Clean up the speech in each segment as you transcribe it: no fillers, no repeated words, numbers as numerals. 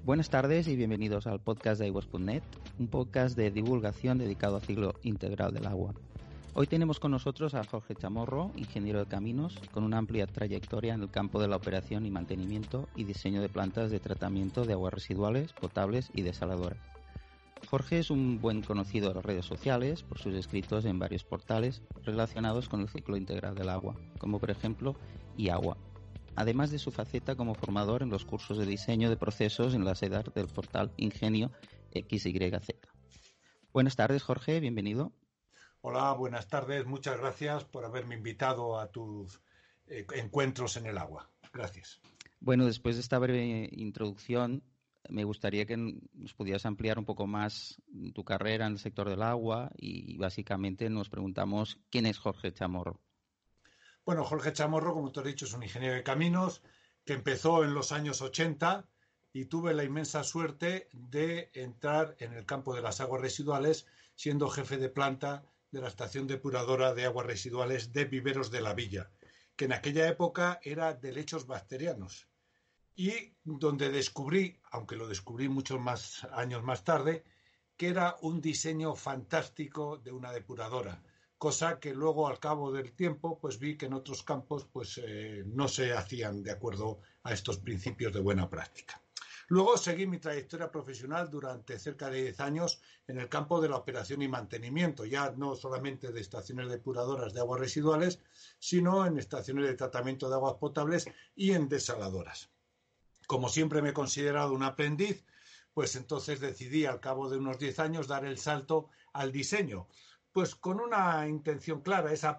Buenas tardes y bienvenidos al podcast de iWest.net, un podcast de divulgación dedicado al ciclo integral del agua. Hoy tenemos con nosotros a Jorge Chamorro, ingeniero de caminos, con una amplia trayectoria en el campo de la operación y mantenimiento y diseño de plantas de tratamiento de aguas residuales, potables y desaladoras. Jorge es un buen conocido de las redes sociales por sus escritos en varios portales relacionados con el ciclo integral del agua, como por ejemplo iAgua, además de su faceta como formador en los cursos de diseño de procesos en la sede del portal Ingenio XYZ. Buenas tardes, Jorge, bienvenido. Hola, buenas tardes. Muchas gracias por haberme invitado a tus encuentros en el agua. Gracias. Bueno, después de esta breve introducción, me gustaría que nos pudieras ampliar un poco más tu carrera en el sector del agua y básicamente nos preguntamos quién es Jorge Chamorro. Bueno, Jorge Chamorro, como te he dicho, es un ingeniero de caminos que empezó en los años 80 y tuve la inmensa suerte de entrar en el campo de las aguas residuales siendo jefe de planta de la estación depuradora de aguas residuales de Viveros de la Villa, que en aquella época era de lechos bacterianos y donde descubrí, aunque lo descubrí muchos más años más tarde, que era un diseño fantástico de una depuradora, cosa que luego al cabo del tiempo pues vi que en otros campos pues no se hacían de acuerdo a estos principios de buena práctica. Luego seguí mi trayectoria profesional durante cerca de 10 años en el campo de la operación y mantenimiento, ya no solamente de estaciones depuradoras de aguas residuales, sino en estaciones de tratamiento de aguas potables y en desaladoras. Como siempre me he considerado un aprendiz, pues entonces decidí al cabo de unos 10 años dar el salto al diseño, pues con una intención clara, es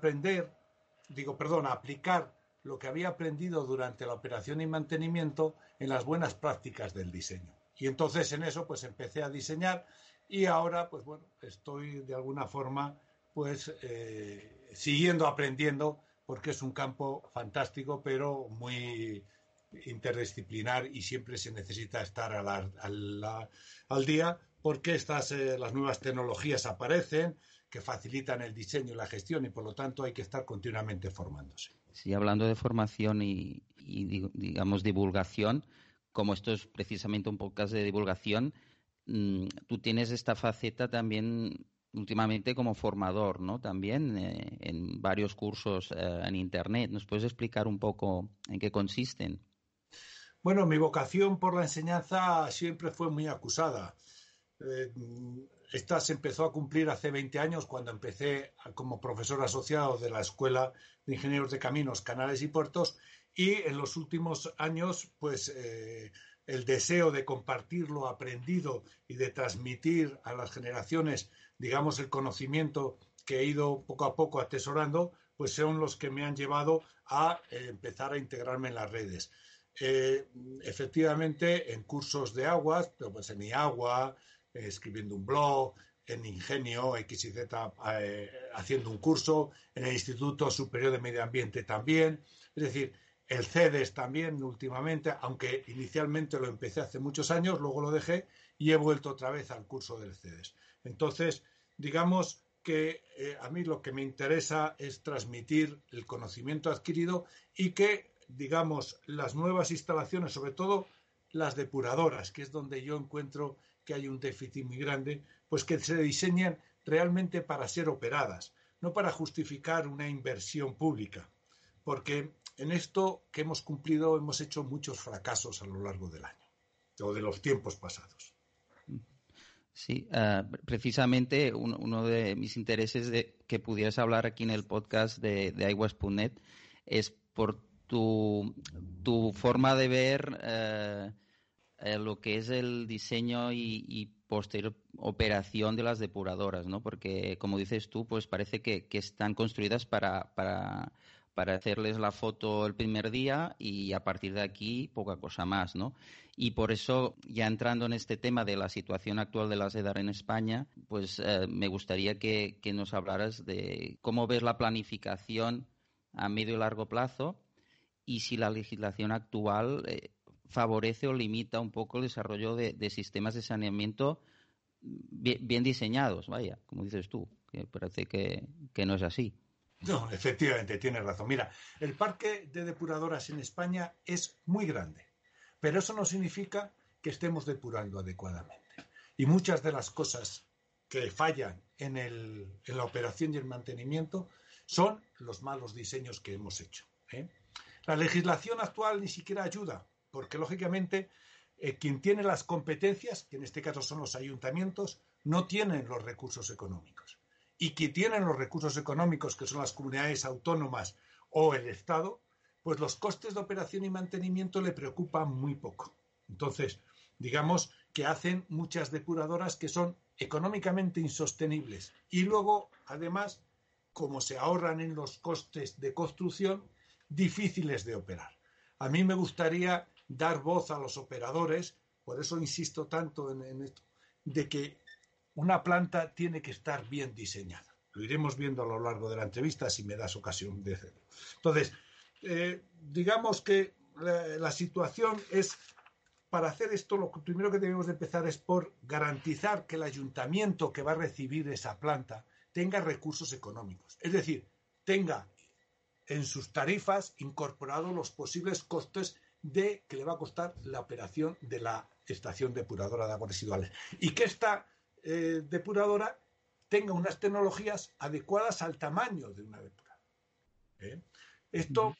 aplicar lo que había aprendido durante la operación y mantenimiento en las buenas prácticas del diseño. Y entonces en eso pues empecé a diseñar y ahora pues bueno, estoy de alguna forma pues siguiendo aprendiendo porque es un campo fantástico pero muy interdisciplinar y siempre se necesita estar al día porque las nuevas tecnologías aparecen que facilitan el diseño y la gestión y por lo tanto hay que estar continuamente formándose. Sí, hablando de formación y digamos divulgación, como esto es precisamente un podcast de divulgación, tú tienes esta faceta también últimamente como formador, ¿no? También en varios cursos en Internet. ¿Nos puedes explicar un poco en qué consisten? Bueno, mi vocación por la enseñanza siempre fue muy acusada. Esta se empezó a cumplir hace 20 años cuando empecé como profesor asociado de la Escuela de Ingenieros de Caminos, Canales y Puertos y en los últimos años pues el deseo de compartir lo aprendido y de transmitir a las generaciones digamos el conocimiento que he ido poco a poco atesorando pues son los que me han llevado a empezar a integrarme en las redes. Efectivamente en cursos de aguas, pues en iAgua, escribiendo un blog, en Ingenio XYZ haciendo un curso, en el Instituto Superior de Medio Ambiente también, es decir, el CEDES también últimamente, aunque inicialmente lo empecé hace muchos años, luego lo dejé y he vuelto otra vez al curso del CEDES. Entonces, digamos que a mí lo que me interesa es transmitir el conocimiento adquirido y que digamos, las nuevas instalaciones, sobre todo las depuradoras, que es donde yo encuentro que hay un déficit muy grande, pues que se diseñan realmente para ser operadas, no para justificar una inversión pública, porque en esto que hemos cumplido hemos hecho muchos fracasos a lo largo del año, o de los tiempos pasados. Sí, precisamente uno de mis intereses de que pudieras hablar aquí en el podcast de iWest.net es por tu forma de ver lo que es el diseño y posterior operación de las depuradoras, ¿no? Porque, como dices tú, pues parece que están construidas para hacerles la foto el primer día y a partir de aquí poca cosa más, ¿no? Y por eso, ya entrando en este tema de la situación actual de la SEDAR en España, pues me gustaría que nos hablaras de cómo ves la planificación a medio y largo plazo y si la legislación actual favorece o limita un poco el desarrollo de sistemas de saneamiento bien diseñados, vaya, como dices tú, que parece que no es así. No, efectivamente, tienes razón. Mira, el parque de depuradoras en España es muy grande, pero eso no significa que estemos depurando adecuadamente. Y muchas de las cosas que fallan en la operación y el mantenimiento son los malos diseños que hemos hecho. La legislación actual ni siquiera ayuda, porque lógicamente quien tiene las competencias, que en este caso son los ayuntamientos, no tienen los recursos económicos. Y quien tienen los recursos económicos, que son las comunidades autónomas o el Estado, pues los costes de operación y mantenimiento le preocupan muy poco. Entonces, digamos que hacen muchas depuradoras que son económicamente insostenibles. Y luego, además, como se ahorran en los costes de construcción, difíciles de operar. A mí me gustaría dar voz a los operadores, por eso insisto tanto en esto, de que una planta tiene que estar bien diseñada. Lo iremos viendo a lo largo de la entrevista si me das ocasión de hacerlo. Entonces, digamos que la situación es, para hacer esto, lo primero que debemos de empezar es por garantizar que el ayuntamiento que va a recibir esa planta tenga recursos económicos. Es decir, tenga en sus tarifas incorporados los posibles costes de que le va a costar la operación de la estación depuradora de aguas residuales. Y que esta depuradora tenga unas tecnologías adecuadas al tamaño de una depuradora. Esto,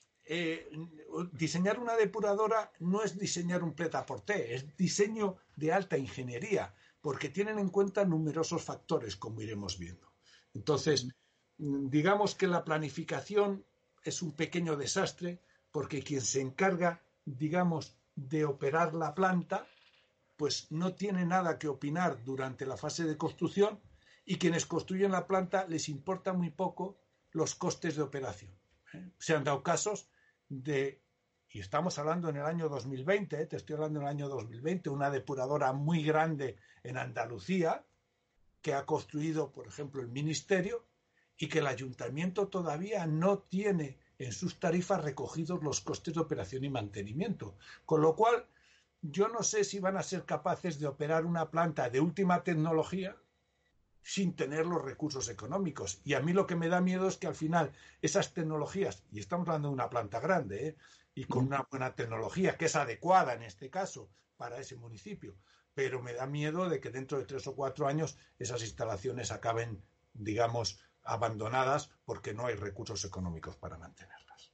diseñar una depuradora no es diseñar un prêt-à-porter, es diseño de alta ingeniería, porque tienen en cuenta numerosos factores, como iremos viendo. Entonces, digamos que la planificación es un pequeño desastre, porque quien se encarga, digamos, de operar la planta, pues no tiene nada que opinar durante la fase de construcción, y quienes construyen la planta les importa muy poco los costes de operación. Se han dado casos de, y estamos hablando en el año 2020, te estoy hablando en el año 2020, una depuradora muy grande en Andalucía, que ha construido, por ejemplo, el Ministerio, y que el ayuntamiento todavía no tiene en sus tarifas recogidos los costes de operación y mantenimiento. Con lo cual, yo no sé si van a ser capaces de operar una planta de última tecnología sin tener los recursos económicos. Y a mí lo que me da miedo es que al final esas tecnologías, y estamos hablando de una planta grande, y con una buena tecnología que es adecuada en este caso para ese municipio, pero me da miedo de que dentro de 3 o 4 años esas instalaciones acaben, digamos, abandonadas porque no hay recursos económicos para mantenerlas.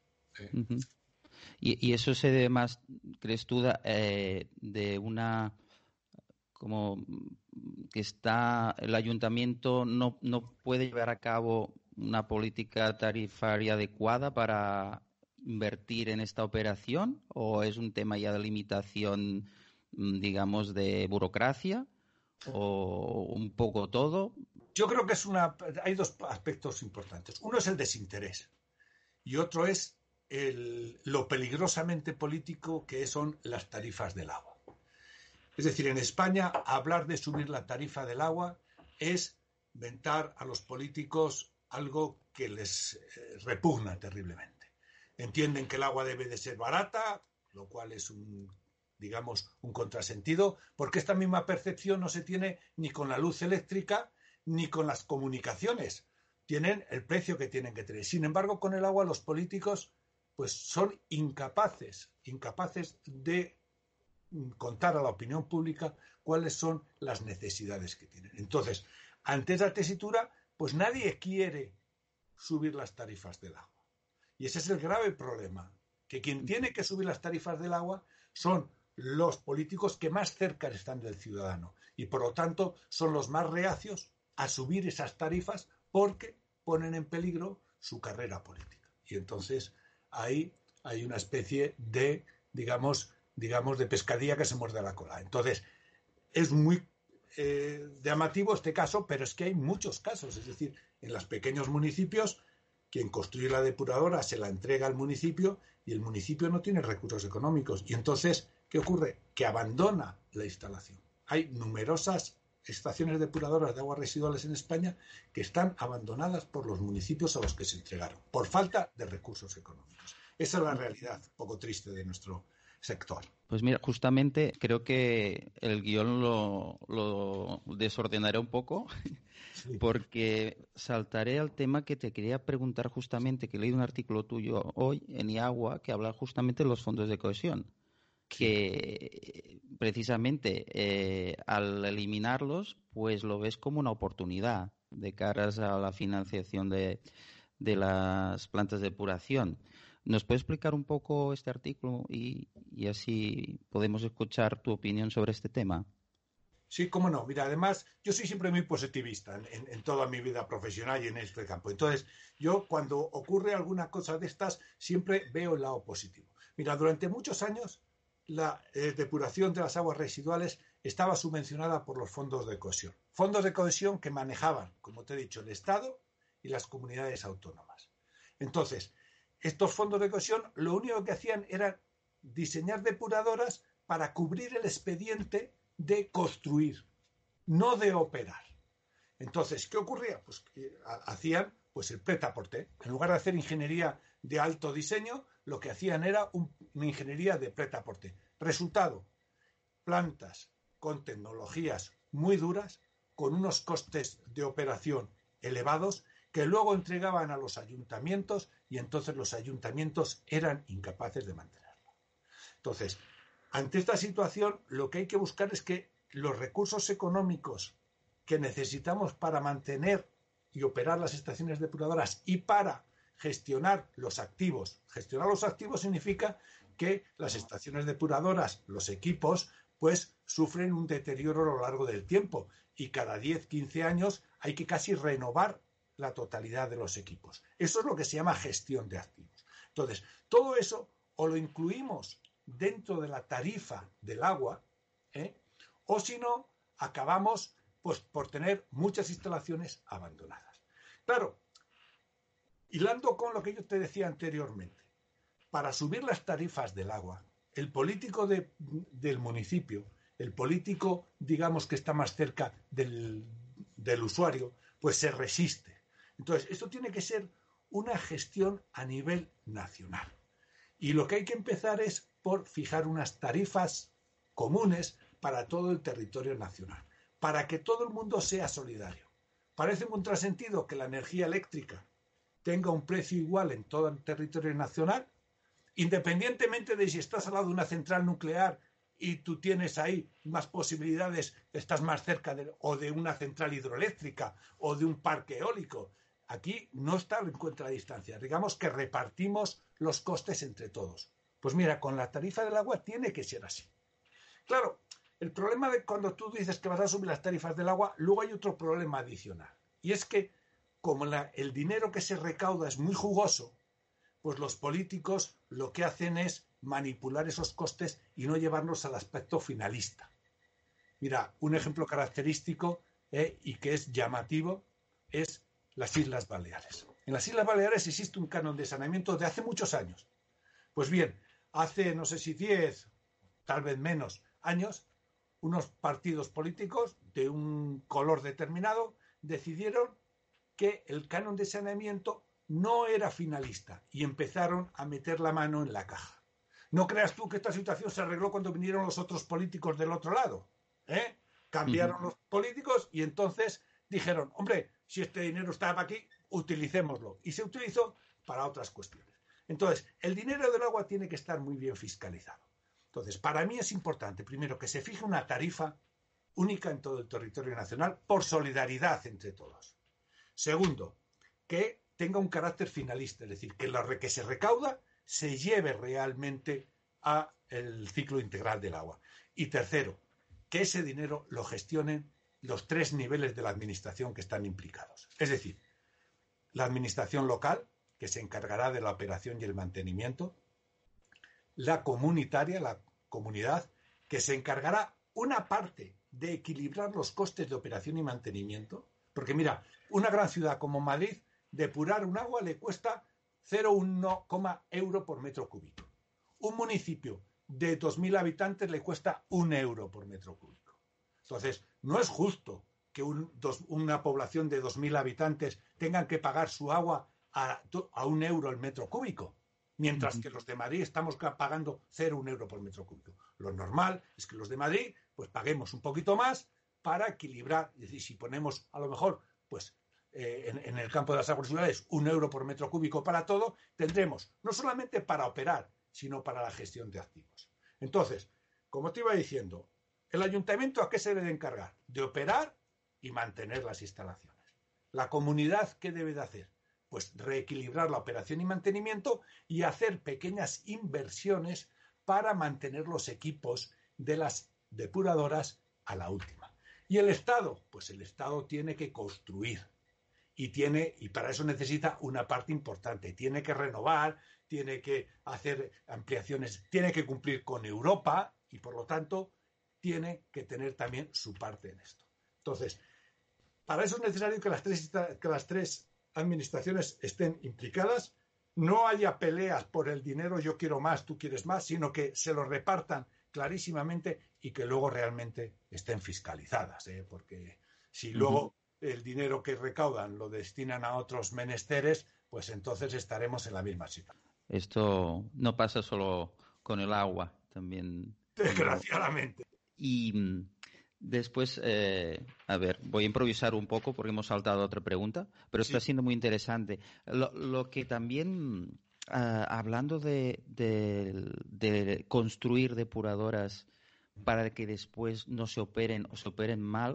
Y eso se debe más, ¿crees tú, de una, como que está el ayuntamiento no puede llevar a cabo una política tarifaria adecuada para invertir en esta operación, o es un tema ya de limitación, digamos, de burocracia, o un poco todo? Yo creo que hay dos aspectos importantes. Uno es el desinterés y otro es lo peligrosamente político que son las tarifas del agua. Es decir, en España hablar de subir la tarifa del agua es ventar a los políticos algo que les repugna terriblemente. Entienden que el agua debe de ser barata, lo cual es un contrasentido, porque esta misma percepción no se tiene ni con la luz eléctrica ni con las comunicaciones. Tienen el precio que tienen que tener. Sin embargo, con el agua los políticos pues son incapaces de contar a la opinión pública cuáles son las necesidades que tienen. Entonces, ante esa tesitura, pues nadie quiere subir las tarifas del agua. Y ese es el grave problema, que quien tiene que subir las tarifas del agua son los políticos que más cerca están del ciudadano y, por lo tanto, son los más reacios a subir esas tarifas porque ponen en peligro su carrera política. Y entonces ahí hay una especie de, digamos, de pescadilla que se muerde la cola. Entonces, es muy llamativo este caso, pero es que hay muchos casos. Es decir, en los pequeños municipios, quien construye la depuradora se la entrega al municipio y el municipio no tiene recursos económicos. Y entonces, ¿qué ocurre? Que abandona la instalación. Hay numerosas estaciones depuradoras de aguas residuales en España que están abandonadas por los municipios a los que se entregaron, por falta de recursos económicos. Esa es la realidad, un poco triste de nuestro sector. Pues mira, justamente creo que el guión lo desordenaré un poco, sí, porque saltaré al tema que te quería preguntar justamente, que he leído un artículo tuyo hoy en IAGUA que habla justamente de los fondos de cohesión. que precisamente al eliminarlos, pues lo ves como una oportunidad de caras a la financiación de las plantas de depuración. ¿Nos puedes explicar un poco este artículo y así podemos escuchar tu opinión sobre este tema? Sí, cómo no. Mira, además, yo soy siempre muy positivista en toda mi vida profesional y en este campo. Entonces, yo cuando ocurre alguna cosa de estas, siempre veo el lado positivo. Mira, durante muchos años, la depuración de las aguas residuales estaba subvencionada por los fondos de cohesión. Fondos de cohesión que manejaban, como te he dicho, el Estado y las comunidades autónomas. Entonces, estos fondos de cohesión lo único que hacían era diseñar depuradoras para cubrir el expediente de construir, no de operar. Entonces, ¿qué ocurría? Pues que hacían pues el prêt-à-porter. En lugar de hacer ingeniería de alto diseño, lo que hacían era una ingeniería de prêt-à-porter. Resultado, plantas con tecnologías muy duras, con unos costes de operación elevados, que luego entregaban a los ayuntamientos y entonces los ayuntamientos eran incapaces de mantenerlo. Entonces, ante esta situación, lo que hay que buscar es que los recursos económicos que necesitamos para mantener y operar las estaciones depuradoras y para gestionar los activos. Gestionar los activos significa que las estaciones depuradoras, los equipos, pues sufren un deterioro a lo largo del tiempo y cada 10, 15 años hay que casi renovar la totalidad de los equipos. Eso es lo que se llama gestión de activos. Entonces, todo eso o lo incluimos dentro de la tarifa del agua, o si no, acabamos pues, por tener muchas instalaciones abandonadas. Claro, hilando con lo que yo te decía anteriormente, para subir las tarifas del agua, el político del municipio, el político, digamos, que está más cerca del usuario, pues se resiste. Entonces, esto tiene que ser una gestión a nivel nacional. Y lo que hay que empezar es por fijar unas tarifas comunes para todo el territorio nacional, para que todo el mundo sea solidario. Parece un contrasentido que la energía eléctrica tenga un precio igual en todo el territorio nacional, independientemente de si estás al lado de una central nuclear y tú tienes ahí más posibilidades, estás más cerca o de una central hidroeléctrica o de un parque eólico. Aquí no está en cuenta la distancia. Digamos que repartimos los costes entre todos. Pues mira, con la tarifa del agua tiene que ser así. Claro, el problema de cuando tú dices que vas a subir las tarifas del agua, luego hay otro problema adicional. Y es que como el dinero que se recauda es muy jugoso, pues los políticos lo que hacen es manipular esos costes y no llevarlos al aspecto finalista. Mira, un ejemplo característico y que es llamativo es las Islas Baleares. En las Islas Baleares existe un canon de saneamiento de hace muchos años. Pues bien, hace no sé si 10, tal vez menos años, unos partidos políticos de un color determinado decidieron que el canon de saneamiento no era finalista y empezaron a meter la mano en la caja. No creas tú que esta situación se arregló cuando vinieron los otros políticos del otro lado. Cambiaron los políticos y entonces dijeron, hombre, si este dinero estaba aquí, utilicémoslo. Y se utilizó para otras cuestiones. Entonces, el dinero del agua tiene que estar muy bien fiscalizado. Entonces, para mí es importante, primero, que se fije una tarifa única en todo el territorio nacional por solidaridad entre todos. Segundo, que tenga un carácter finalista, es decir, que lo que se recauda se lleve realmente al ciclo integral del agua. Y tercero, que ese dinero lo gestionen los 3 niveles de la administración que están implicados. Es decir, la administración local, que se encargará de la operación y el mantenimiento, la comunitaria, la comunidad, que se encargará una parte de equilibrar los costes de operación y mantenimiento, porque mira, una gran ciudad como Madrid, depurar un agua le cuesta 0,1 euro por metro cúbico. Un municipio de 2.000 habitantes le cuesta 1 euro por metro cúbico. Entonces, no es justo que una población de 2.000 habitantes tengan que pagar su agua a 1 euro el metro cúbico, mientras que los de Madrid estamos pagando 0,1 euro por metro cúbico. Lo normal es que los de Madrid pues paguemos un poquito más para equilibrar, es decir, si ponemos a lo mejor pues en el campo de las aguas residuales 1 euro por metro cúbico para todo, tendremos no solamente para operar, sino para la gestión de activos. Entonces, como te iba diciendo, ¿el ayuntamiento a qué se debe de encargar? De operar y mantener las instalaciones. ¿La comunidad qué debe de hacer? Pues reequilibrar la operación y mantenimiento y hacer pequeñas inversiones para mantener los equipos de las depuradoras a la última. ¿Y el Estado? Pues el Estado tiene que construir y para eso necesita una parte importante. Tiene que renovar, tiene que hacer ampliaciones, tiene que cumplir con Europa y por lo tanto tiene que tener también su parte en esto. Entonces, para eso es necesario que las tres administraciones estén implicadas, no haya peleas por el dinero, yo quiero más, tú quieres más, sino que se lo repartan clarísimamente y que luego realmente estén fiscalizadas, porque si luego el dinero que recaudan lo destinan a otros menesteres, pues entonces estaremos en la misma situación. Esto no pasa solo con el agua, también. Desgraciadamente. Y después, a ver, voy a improvisar un poco porque hemos saltado a otra pregunta, pero está siendo muy interesante. Lo que también, hablando de construir depuradoras para que después no se operen o se operen mal,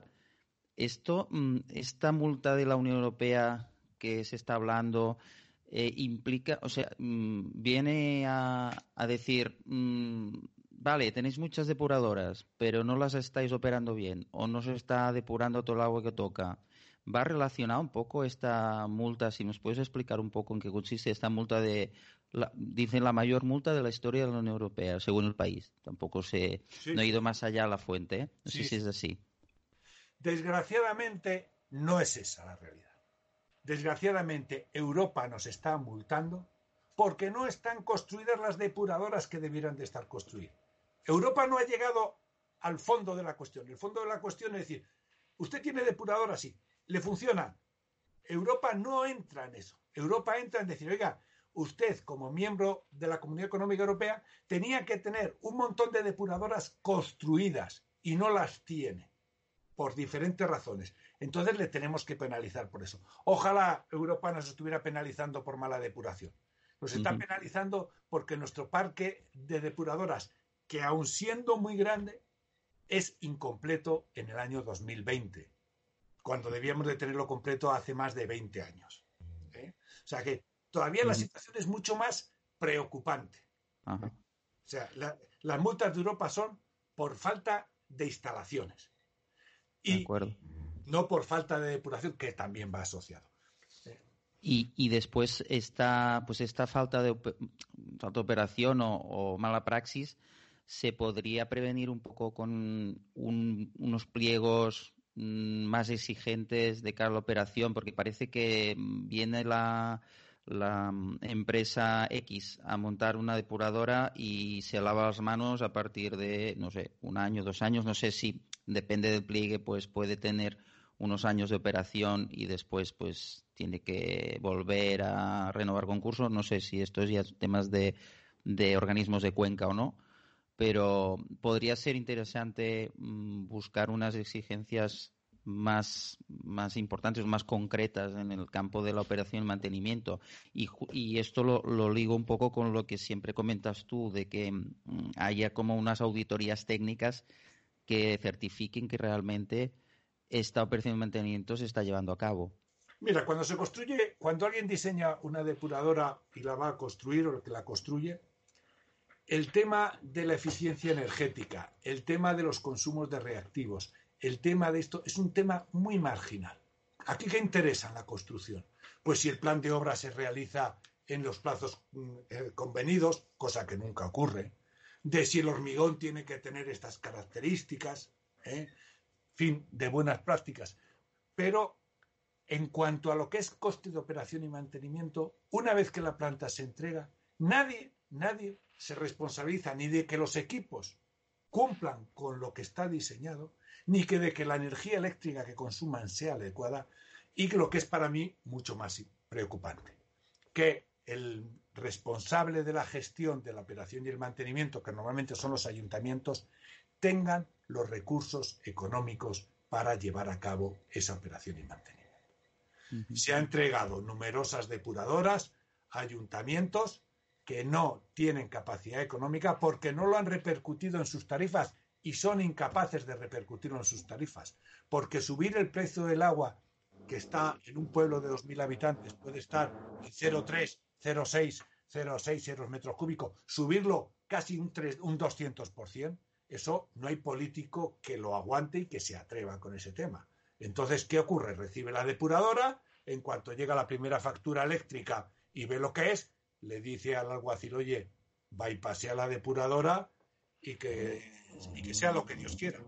esta multa de la Unión Europea que se está hablando implica, o sea, viene a decir, vale, tenéis muchas depuradoras, pero no las estáis operando bien o no se está depurando todo el agua que toca. ¿Va relacionado un poco esta multa? Si nos puedes explicar un poco en qué consiste esta multa dicen la mayor multa de la historia de la Unión Europea, según el país. Tampoco no he ido más allá a la fuente, ¿eh? No sé si es así. Desgraciadamente no es esa la realidad. Desgraciadamente Europa nos está multando porque no están construidas las depuradoras que debieran de estar construidas. Europa no ha llegado al fondo de la cuestión. El fondo de la cuestión es decir, usted tiene depuradora, sí, le funciona. Europa no entra en eso. Europa entra en decir, oiga, usted como miembro de la Comunidad Económica Europea tenía que tener un montón de depuradoras construidas y no las tiene por diferentes razones. Entonces le tenemos que penalizar por eso. Ojalá Europa nos estuviera penalizando por mala depuración. Nos está penalizando porque nuestro parque de depuradoras, que aun siendo muy grande, es incompleto en el año 2020, cuando debíamos de tenerlo completo hace más de 20 años. O sea que todavía la situación es mucho más preocupante. Ajá. O sea, las multas de Europa son por falta de instalaciones. Y no por falta de depuración, que también va asociado. Y después esta falta de operación o mala praxis se podría prevenir un poco con unos pliegos más exigentes de cara a la operación, porque parece que viene la empresa X a montar una depuradora y se lava las manos a partir de, no sé, 1 año, 2 años, no sé si depende del pliegue, pues puede tener unos años de operación y después pues tiene que volver a renovar concursos. No sé si esto es ya temas de organismos de cuenca o no, pero podría ser interesante buscar unas exigencias más importantes, más concretas en el campo de la operación y mantenimiento. Y esto lo ligo un poco con lo que siempre comentas tú, de que haya como unas auditorías técnicas que certifiquen que realmente esta operación de mantenimiento se está llevando a cabo. Mira, cuando alguien diseña una depuradora y la va a construir o que la construye, el tema de la eficiencia energética, el tema de los consumos de reactivos, el tema de esto es un tema muy marginal. ¿Aquí qué interesa en la construcción? Pues si el plan de obra se realiza en los plazos convenidos, cosa que nunca ocurre, de si el hormigón tiene que tener estas características, fin, de buenas prácticas. Pero en cuanto a lo que es coste de operación y mantenimiento, una vez que la planta se entrega, nadie se responsabiliza ni de que los equipos cumplan con lo que está diseñado, ni que de que la energía eléctrica que consuman sea adecuada, y que lo que es para mí mucho más preocupante, que el responsable de la gestión de la operación y el mantenimiento, que normalmente son los ayuntamientos, tengan los recursos económicos para llevar a cabo esa operación y mantenimiento. Se ha entregado numerosas depuradoras a ayuntamientos que no tienen capacidad económica porque no lo han repercutido en sus tarifas y son incapaces de repercutirlo en sus tarifas. Porque subir el precio del agua, que está en un pueblo de 2.000 habitantes, puede estar en 0,3, 0,6, 0,6 euros metros cúbicos, subirlo casi un 200%, eso no hay político que lo aguante y que se atreva con ese tema. Entonces, ¿qué ocurre? Recibe la depuradora, en cuanto llega la primera factura eléctrica y ve lo que es, le dice al alguacil, oye, bypassea la depuradora y que sea lo que Dios quiera.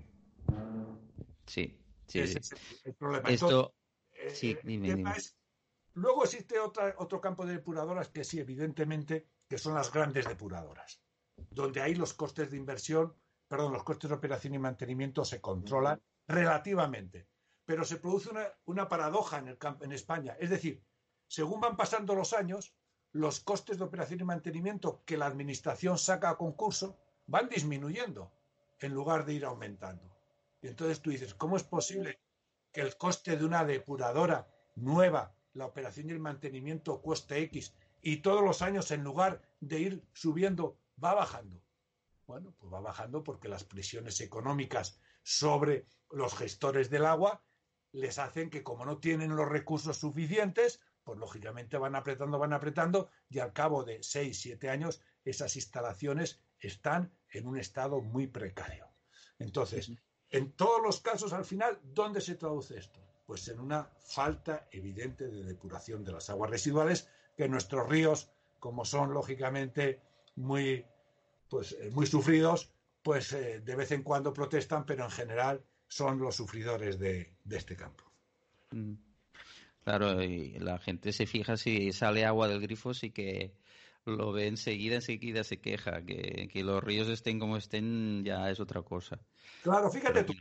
Sí, sí, Ese sí. es el problema. Entonces, Esto, sí, el dime, tema dime. es, luego existe otro campo de depuradoras que sí, evidentemente, que son las grandes depuradoras, donde ahí los costes de inversión, perdón, los costes de operación y mantenimiento se controlan relativamente. Pero se produce una paradoja en España. Es decir, según van pasando los años, los costes de operación y mantenimiento que la administración saca a concurso van disminuyendo en lugar de ir aumentando. Y entonces tú dices, ¿cómo es posible que el coste de una depuradora nueva, la operación y el mantenimiento cueste X y todos los años en lugar de ir subiendo va bajando? Bueno, pues va bajando porque las presiones económicas sobre los gestores del agua les hacen que, como no tienen los recursos suficientes, pues lógicamente van apretando y al cabo de 6, 7 años esas instalaciones están en un estado muy precario. Entonces, en todos los casos, al final, ¿dónde se traduce esto? Pues en una falta evidente de depuración de las aguas residuales, que nuestros ríos, como son lógicamente muy muy sufridos, pues de vez en cuando protestan, pero en general son los sufridores de este campo. Mm. Claro, y la gente se fija si sale agua del grifo, sí que lo ve enseguida se queja. Que los ríos estén como estén ya es otra cosa. Claro, Pero fíjate tú, bueno,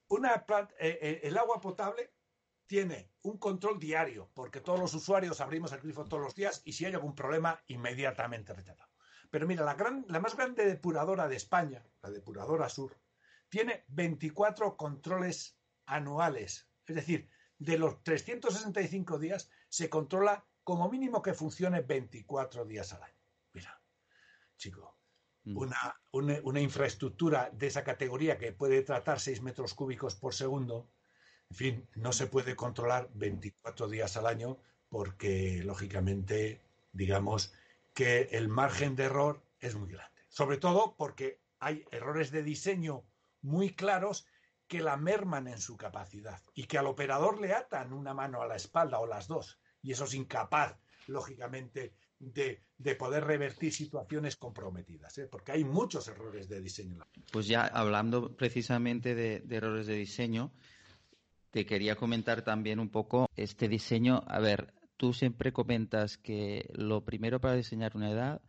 el agua potable tiene un control diario, porque todos los usuarios abrimos el grifo todos los días y si hay algún problema, inmediatamente rechazado. Pero mira, la más grande depuradora de España, la Depuradora Sur, tiene 24 controles anuales. Es decir, de los 365 días se controla como mínimo que funcione 24 días al año. Mira, chico, mm, una infraestructura de esa categoría que puede tratar 6 metros cúbicos por segundo, en fin, no se puede controlar 24 días al año porque, lógicamente, digamos que el margen de error es muy grande. Sobre todo porque hay errores de diseño muy claros que la merman en su capacidad y que al operador le atan una mano a la espalda o las dos. Y eso es incapaz, lógicamente, de poder revertir situaciones comprometidas, ¿eh? Porque hay muchos errores de diseño. pues ya hablando precisamente de errores de diseño, te quería comentar también un poco este diseño. A ver, tú siempre comentas que lo primero para diseñar una edad,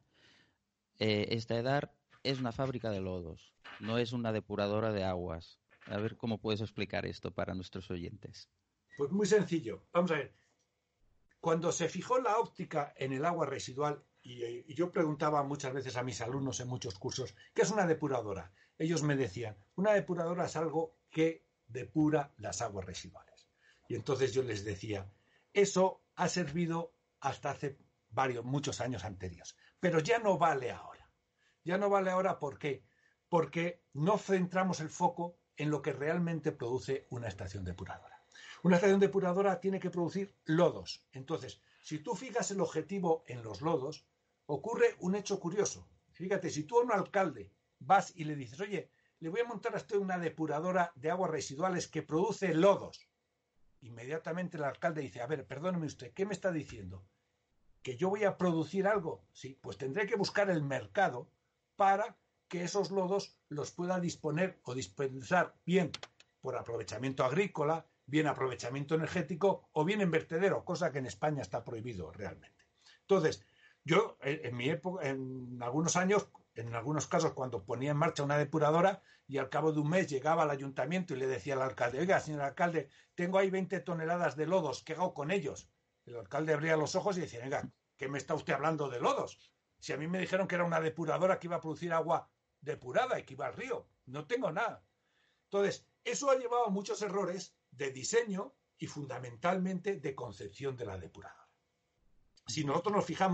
esta edad es una fábrica de lodos, no es una depuradora de aguas. A ver cómo puedes explicar esto para nuestros oyentes. Pues muy sencillo. Vamos a ver. Cuando se fijó la óptica en el agua residual, y yo preguntaba muchas veces a mis alumnos en muchos cursos, ¿qué es una depuradora? Ellos me decían, una depuradora es algo que depura las aguas residuales. Y entonces yo les decía, eso ha servido hasta hace muchos años anteriores, pero ya no vale ahora. Ya no vale ahora, ¿por qué? Porque no centramos el foco en lo que realmente produce una estación depuradora. Una estación depuradora tiene que producir lodos. Entonces, si tú fijas el objetivo en los lodos, ocurre un hecho curioso. Fíjate, si tú a un alcalde vas y le dices, oye, le voy a montar a usted una depuradora de aguas residuales que produce lodos, inmediatamente el alcalde dice, a ver, perdóneme usted, ¿qué me está diciendo? ¿Que yo voy a producir algo? Sí, pues tendré que buscar el mercado para que esos lodos los pueda disponer o dispensar bien por aprovechamiento agrícola, bien aprovechamiento energético o bien en vertedero, cosa que en España está prohibido realmente. Entonces, yo en mi época, en algunos años, en algunos casos, cuando ponía en marcha una depuradora y al cabo de un mes llegaba al ayuntamiento y le decía al alcalde, oiga, señor alcalde, tengo ahí 20 toneladas de lodos, ¿qué hago con ellos? El alcalde abría los ojos y decía, venga, ¿qué me está usted hablando de lodos? Si a mí me dijeron que era una depuradora que iba a producir agua depurada y que iba al río, no tengo nada. Entonces, eso ha llevado a muchos errores de diseño y fundamentalmente de concepción de la depuradora. Si nosotros nos fijamos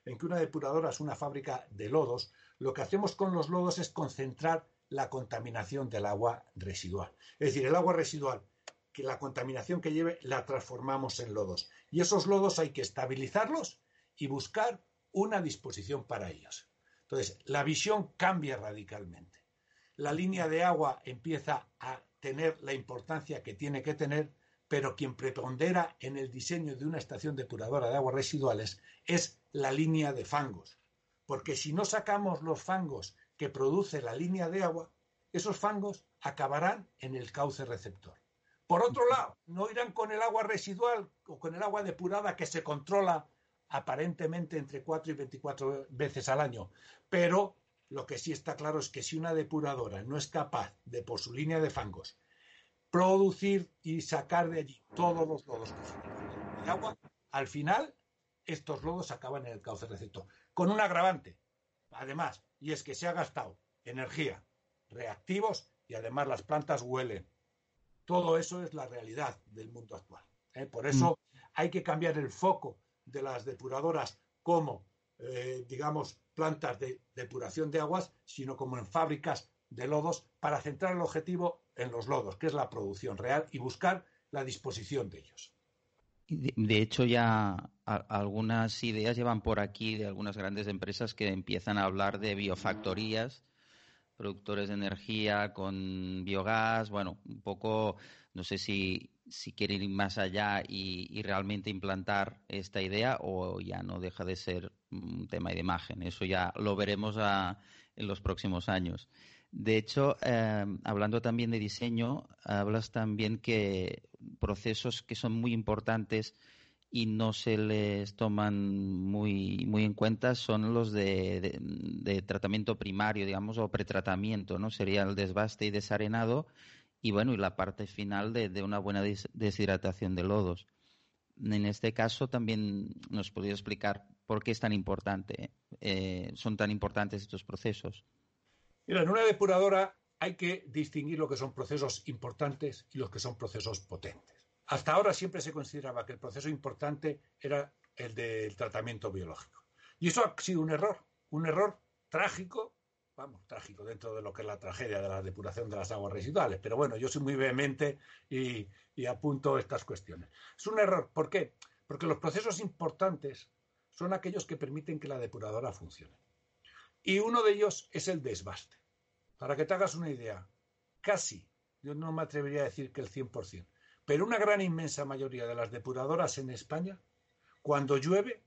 en que una depuradora es una fábrica de lodos, lo que hacemos con los lodos es concentrar la contaminación del agua residual. Es decir, el agua residual, que la contaminación que lleve, la transformamos en lodos. Y esos lodos hay que estabilizarlos y buscar una disposición para ellos. Entonces, la visión cambia radicalmente. La línea de agua empieza a tener la importancia que tiene que tener, pero quien prepondera en el diseño de una estación depuradora de aguas residuales es la línea de fangos. Porque si no sacamos los fangos que produce la línea de agua, esos fangos acabarán en el cauce receptor. Por otro lado, no irán con el agua residual o con el agua depurada que se controla aparentemente entre 4 y 24 veces al año, pero lo que sí está claro es que si una depuradora no es capaz de, por su línea de fangos, producir y sacar de allí todos los lodos que se tienen de agua, al final estos lodos acaban en el cauce receptor. Con un agravante, además, y es que se ha gastado energía, reactivos y además las plantas huelen. Todo eso es la realidad del mundo actual. Por eso hay que cambiar el foco de las depuradoras como, digamos, plantas de depuración de aguas, sino como en fábricas de lodos, para centrar el objetivo en los lodos, que es la producción real, y buscar la disposición de ellos. De hecho, ya algunas ideas llevan por aquí de algunas grandes empresas que empiezan a hablar de biofactorías, productores de energía con biogás, bueno, un poco, no sé si quieren ir más allá y realmente implantar esta idea o ya no deja de ser un tema de imagen. Eso ya lo veremos en los próximos años. De hecho, hablando también de diseño, hablas también que procesos que son muy importantes y no se les toman muy en cuenta son los de tratamiento primario, digamos, o pretratamiento, ¿no? Sería el desbaste y desarenado y, bueno, y la parte final de una buena deshidratación de lodos. En este caso también nos podría explicar por qué es tan importante, son tan importantes estos procesos. Mira, en una depuradora hay que distinguir lo que son procesos importantes y los que son procesos potentes. Hasta ahora siempre se consideraba que el proceso importante era el del tratamiento biológico. Y eso ha sido un error trágico, vamos, trágico dentro de lo que es la tragedia de la depuración de las aguas residuales. Pero bueno, yo soy muy vehemente y apunto estas cuestiones. Es un error, ¿por qué? Porque los procesos importantes son aquellos que permiten que la depuradora funcione. Y uno de ellos es el desbaste. Para que te hagas una idea, casi, yo no me atrevería a decir que el 100%, pero una gran inmensa mayoría de las depuradoras en España, cuando llueve,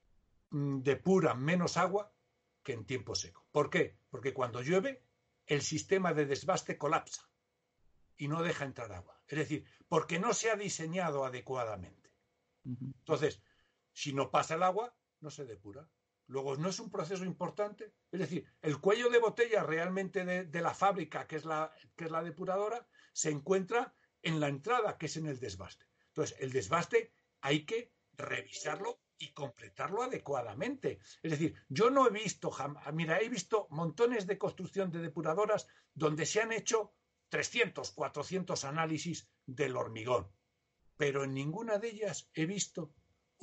depuran menos agua que en tiempo seco. ¿Por qué? Porque cuando llueve, el sistema de desbaste colapsa y no deja entrar agua. Es decir, porque no se ha diseñado adecuadamente. Entonces, si no pasa el agua, no se depura. Luego, ¿no es un proceso importante? Es decir, el cuello de botella realmente de la fábrica, que es la depuradora, se encuentra en la entrada, que es en el desbaste. Entonces, el desbaste hay que revisarlo y completarlo adecuadamente. Es decir, yo no he visto, mira, he visto montones de construcción de depuradoras donde se han hecho 300, 400 análisis del hormigón, pero en ninguna de ellas he visto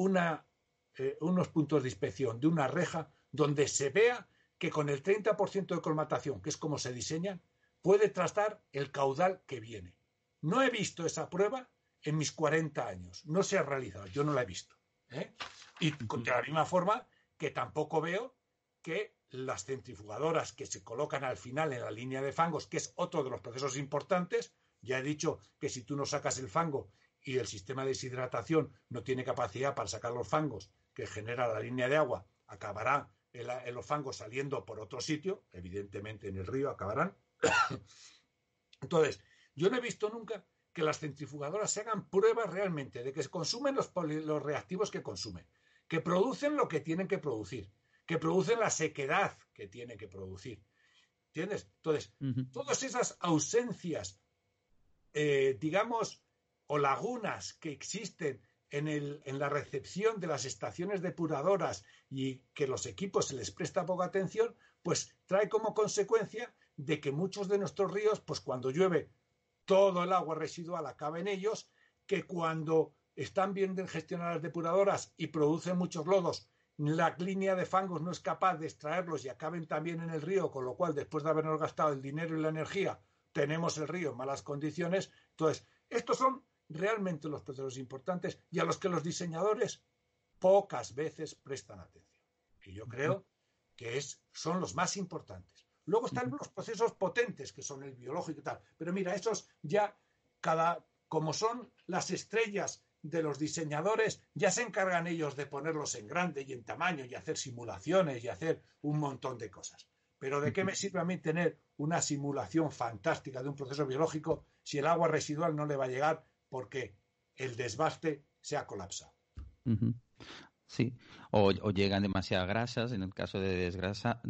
unos puntos de inspección de una reja donde se vea que con el 30% de colmatación, que es como se diseñan, puede trastar el caudal que viene. No he visto esa prueba en mis 40 años. No se ha realizado, yo no la he visto. Y de la misma forma que tampoco veo que las centrifugadoras que se colocan al final en la línea de fangos, que es otro de los procesos importantes, ya he dicho que si tú no sacas el fango y el sistema de deshidratación no tiene capacidad para sacar los fangos que genera la línea de agua, acabará en los fangos saliendo por otro sitio, evidentemente en el río acabarán. Entonces, yo no he visto nunca que las centrifugadoras se hagan pruebas realmente de que se consumen los reactivos que consumen, que producen lo que tienen que producir, que producen la sequedad que tienen que producir. ¿Entiendes? Entonces, todas esas ausencias, digamos, o lagunas que existen en la recepción de las estaciones depuradoras y que los equipos se les presta poca atención, pues trae como consecuencia de que muchos de nuestros ríos, pues cuando llueve, todo el agua residual acaba en ellos, que cuando están bien gestionadas las depuradoras y producen muchos lodos, la línea de fangos no es capaz de extraerlos y acaben también en el río, con lo cual, después de habernos gastado el dinero y la energía, tenemos el río en malas condiciones. Entonces, estos son realmente los procesos importantes y a los que los diseñadores pocas veces prestan atención. Y yo creo que son los más importantes. Luego están los procesos potentes, que son el biológico y tal. Pero mira, esos ya, como son las estrellas de los diseñadores, ya se encargan ellos de ponerlos en grande y en tamaño y hacer simulaciones y hacer un montón de cosas. Pero ¿de qué me sirve a mí tener una simulación fantástica de un proceso biológico si el agua residual no le va a llegar porque el desbaste se ha colapsado? Uh-huh. Sí, o llegan demasiadas grasas, en el caso de desgrasa,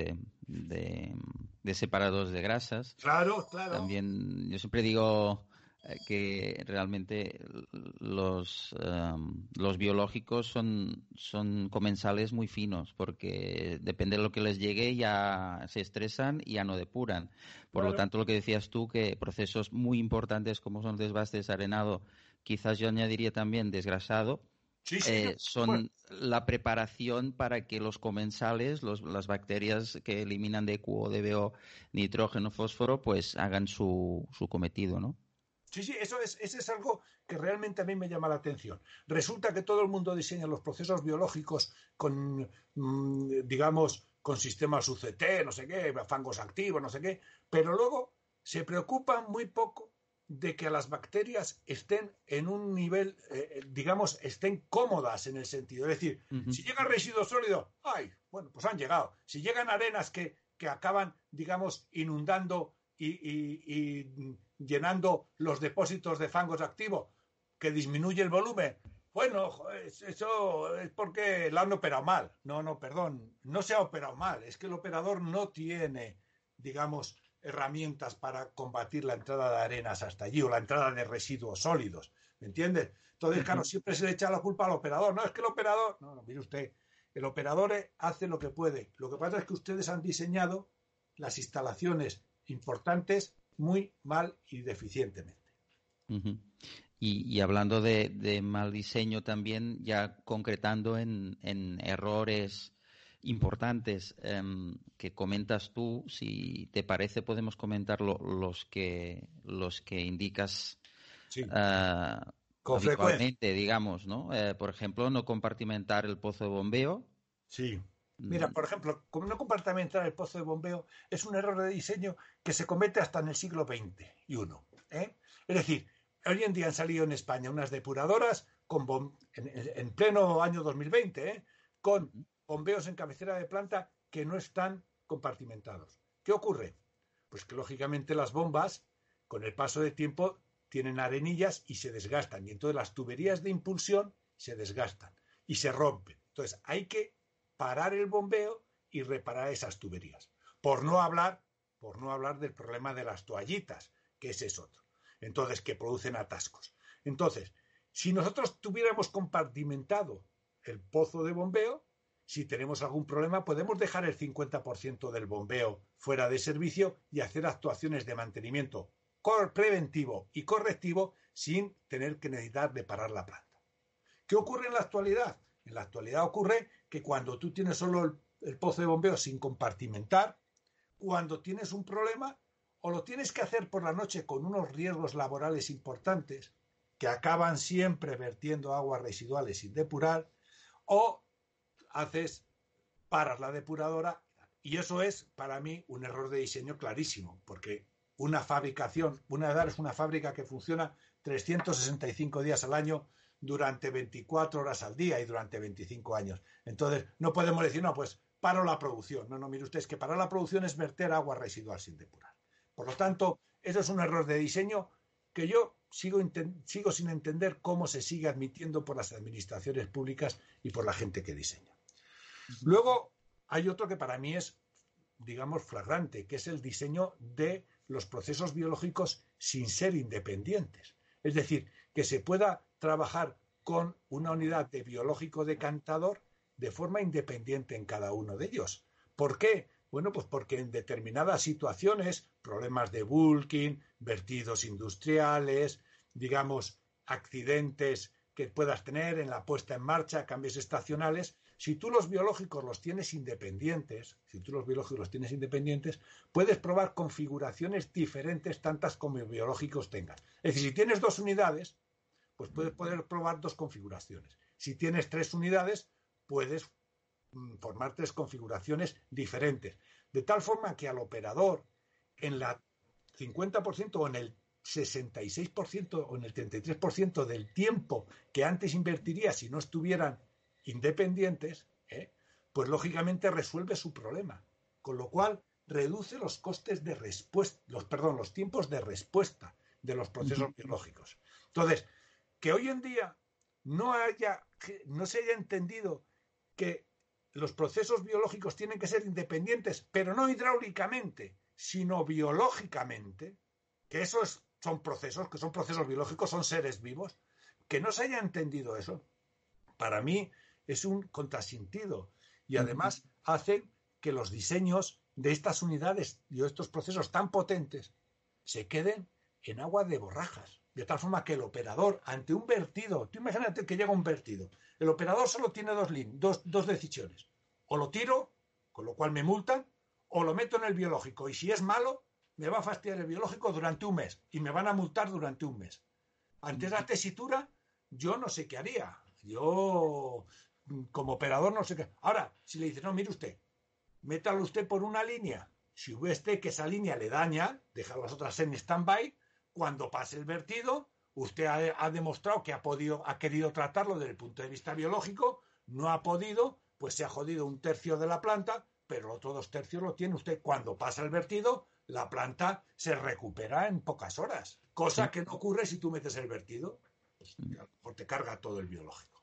de separados de grasas. Claro, claro. También yo siempre digo que realmente los biológicos son comensales muy finos, porque depende de lo que les llegue ya se estresan y ya no depuran. Por lo tanto, lo que decías tú, que procesos muy importantes como son desbastes, arenado, quizás yo añadiría también desgrasado, son la preparación para que los comensales, las bacterias que eliminan DQ, DBO, nitrógeno, fósforo, pues hagan su cometido, ¿no? Sí, ese es algo que realmente a mí me llama la atención. Resulta que todo el mundo diseña los procesos biológicos con, digamos, con sistemas UCT, no sé qué, fangos activos, no sé qué, pero luego se preocupan muy poco de que las bacterias estén en un nivel, digamos, estén cómodas en el sentido. Es decir, si llegan residuos sólidos, ¡ay! Bueno, pues han llegado. Si llegan arenas que acaban, digamos, inundando y llenando los depósitos de fangos activos, que disminuye el volumen, bueno, eso es porque la han operado mal. No, perdón, no se ha operado mal. Es que el operador no tiene, digamos, herramientas para combatir la entrada de arenas hasta allí o la entrada de residuos sólidos, ¿me entiendes? Entonces, claro, siempre se le echa la culpa al operador. No, es que el operador... No, mire usted, el operador hace lo que puede. Lo que pasa es que ustedes han diseñado las instalaciones importantes muy mal y deficientemente. Uh-huh. Y hablando de mal diseño también, ya concretando en errores importantes que comentas tú, si te parece podemos comentar los que indicas con habitualmente, frecuencia, digamos, ¿no? Por ejemplo, no compartimentar el pozo de bombeo. Sí. Mira, por ejemplo, como no compartimentar el pozo de bombeo es un error de diseño que se comete hasta en el siglo XXI. Es decir, hoy en día han salido en España unas depuradoras en pleno año 2020, con bombeos en cabecera de planta que no están compartimentados. ¿Qué ocurre? Pues que lógicamente las bombas, con el paso del tiempo, tienen arenillas y se desgastan. Y entonces las tuberías de impulsión se desgastan y se rompen. Entonces hay que parar el bombeo y reparar esas tuberías. Por no hablar del problema de las toallitas, que ese es otro. Entonces, que producen atascos. Entonces, si nosotros tuviéramos compartimentado el pozo de bombeo, si tenemos algún problema, podemos dejar el 50% del bombeo fuera de servicio y hacer actuaciones de mantenimiento preventivo y correctivo sin tener que necesitar de parar la planta. ¿Qué ocurre en la actualidad? En la actualidad ocurre que cuando tú tienes solo el pozo de bombeo sin compartimentar, cuando tienes un problema, o lo tienes que hacer por la noche con unos riesgos laborales importantes que acaban siempre vertiendo aguas residuales sin depurar, o paras la depuradora, y eso es para mí un error de diseño clarísimo, porque una EDAR es una fábrica que funciona 365 días al año durante 24 horas al día y durante 25 años. Entonces, no podemos decir, no, pues paro la producción. No, mire usted, es que parar la producción es verter agua residual sin depurar. Por lo tanto, eso es un error de diseño que yo sigo sin entender cómo se sigue admitiendo por las administraciones públicas y por la gente que diseña. Luego, hay otro que para mí es, digamos, flagrante, que es el diseño de los procesos biológicos sin ser independientes. Es decir, que se pueda trabajar con una unidad de biológico decantador de forma independiente en cada uno de ellos. ¿Por qué? Bueno, pues porque en determinadas situaciones, problemas de bulking, vertidos industriales, digamos, accidentes que puedas tener en la puesta en marcha, cambios estacionales, Si tú los biológicos los tienes independientes, puedes probar configuraciones diferentes tantas como biológicos tengas. Es decir, si tienes 2 unidades, pues puedes poder probar 2 configuraciones. Si tienes 3 unidades, puedes formar 3 configuraciones diferentes. De tal forma que al operador en la 50% o en el 66% o en el 33% del tiempo que antes invertiría si no estuvieran independientes, pues lógicamente resuelve su problema, con lo cual reduce los costes de respuesta, los tiempos de respuesta de los procesos biológicos. Entonces, que hoy en día no se haya entendido que los procesos biológicos tienen que ser independientes, pero no hidráulicamente, sino biológicamente, que son procesos biológicos, son seres vivos, que no se haya entendido eso, para mí es un contrasentido y además hace que los diseños de estas unidades y de estos procesos tan potentes se queden en agua de borrajas, de tal forma que el operador ante un vertido, tú imagínate que llega un vertido, el operador solo tiene dos decisiones, o lo tiro, con lo cual me multan, o lo meto en el biológico y si es malo me va a fastidiar el biológico durante un mes y me van a multar durante un mes. Ante esa tesitura yo no sé qué haría. Yo, como operador, no sé qué. Ahora, si le dice, no, mire usted, métalo usted por una línea. Si ve usted que esa línea le daña, deja las otras en stand-by. Cuando pase el vertido, usted ha demostrado que ha querido tratarlo desde el punto de vista biológico, no ha podido, pues se ha jodido 1/3 de la planta, pero los otros 2/3 lo tiene usted. Cuando pasa el vertido, la planta se recupera en pocas horas, cosa que no ocurre si tú metes el vertido. Pues te carga todo el biológico.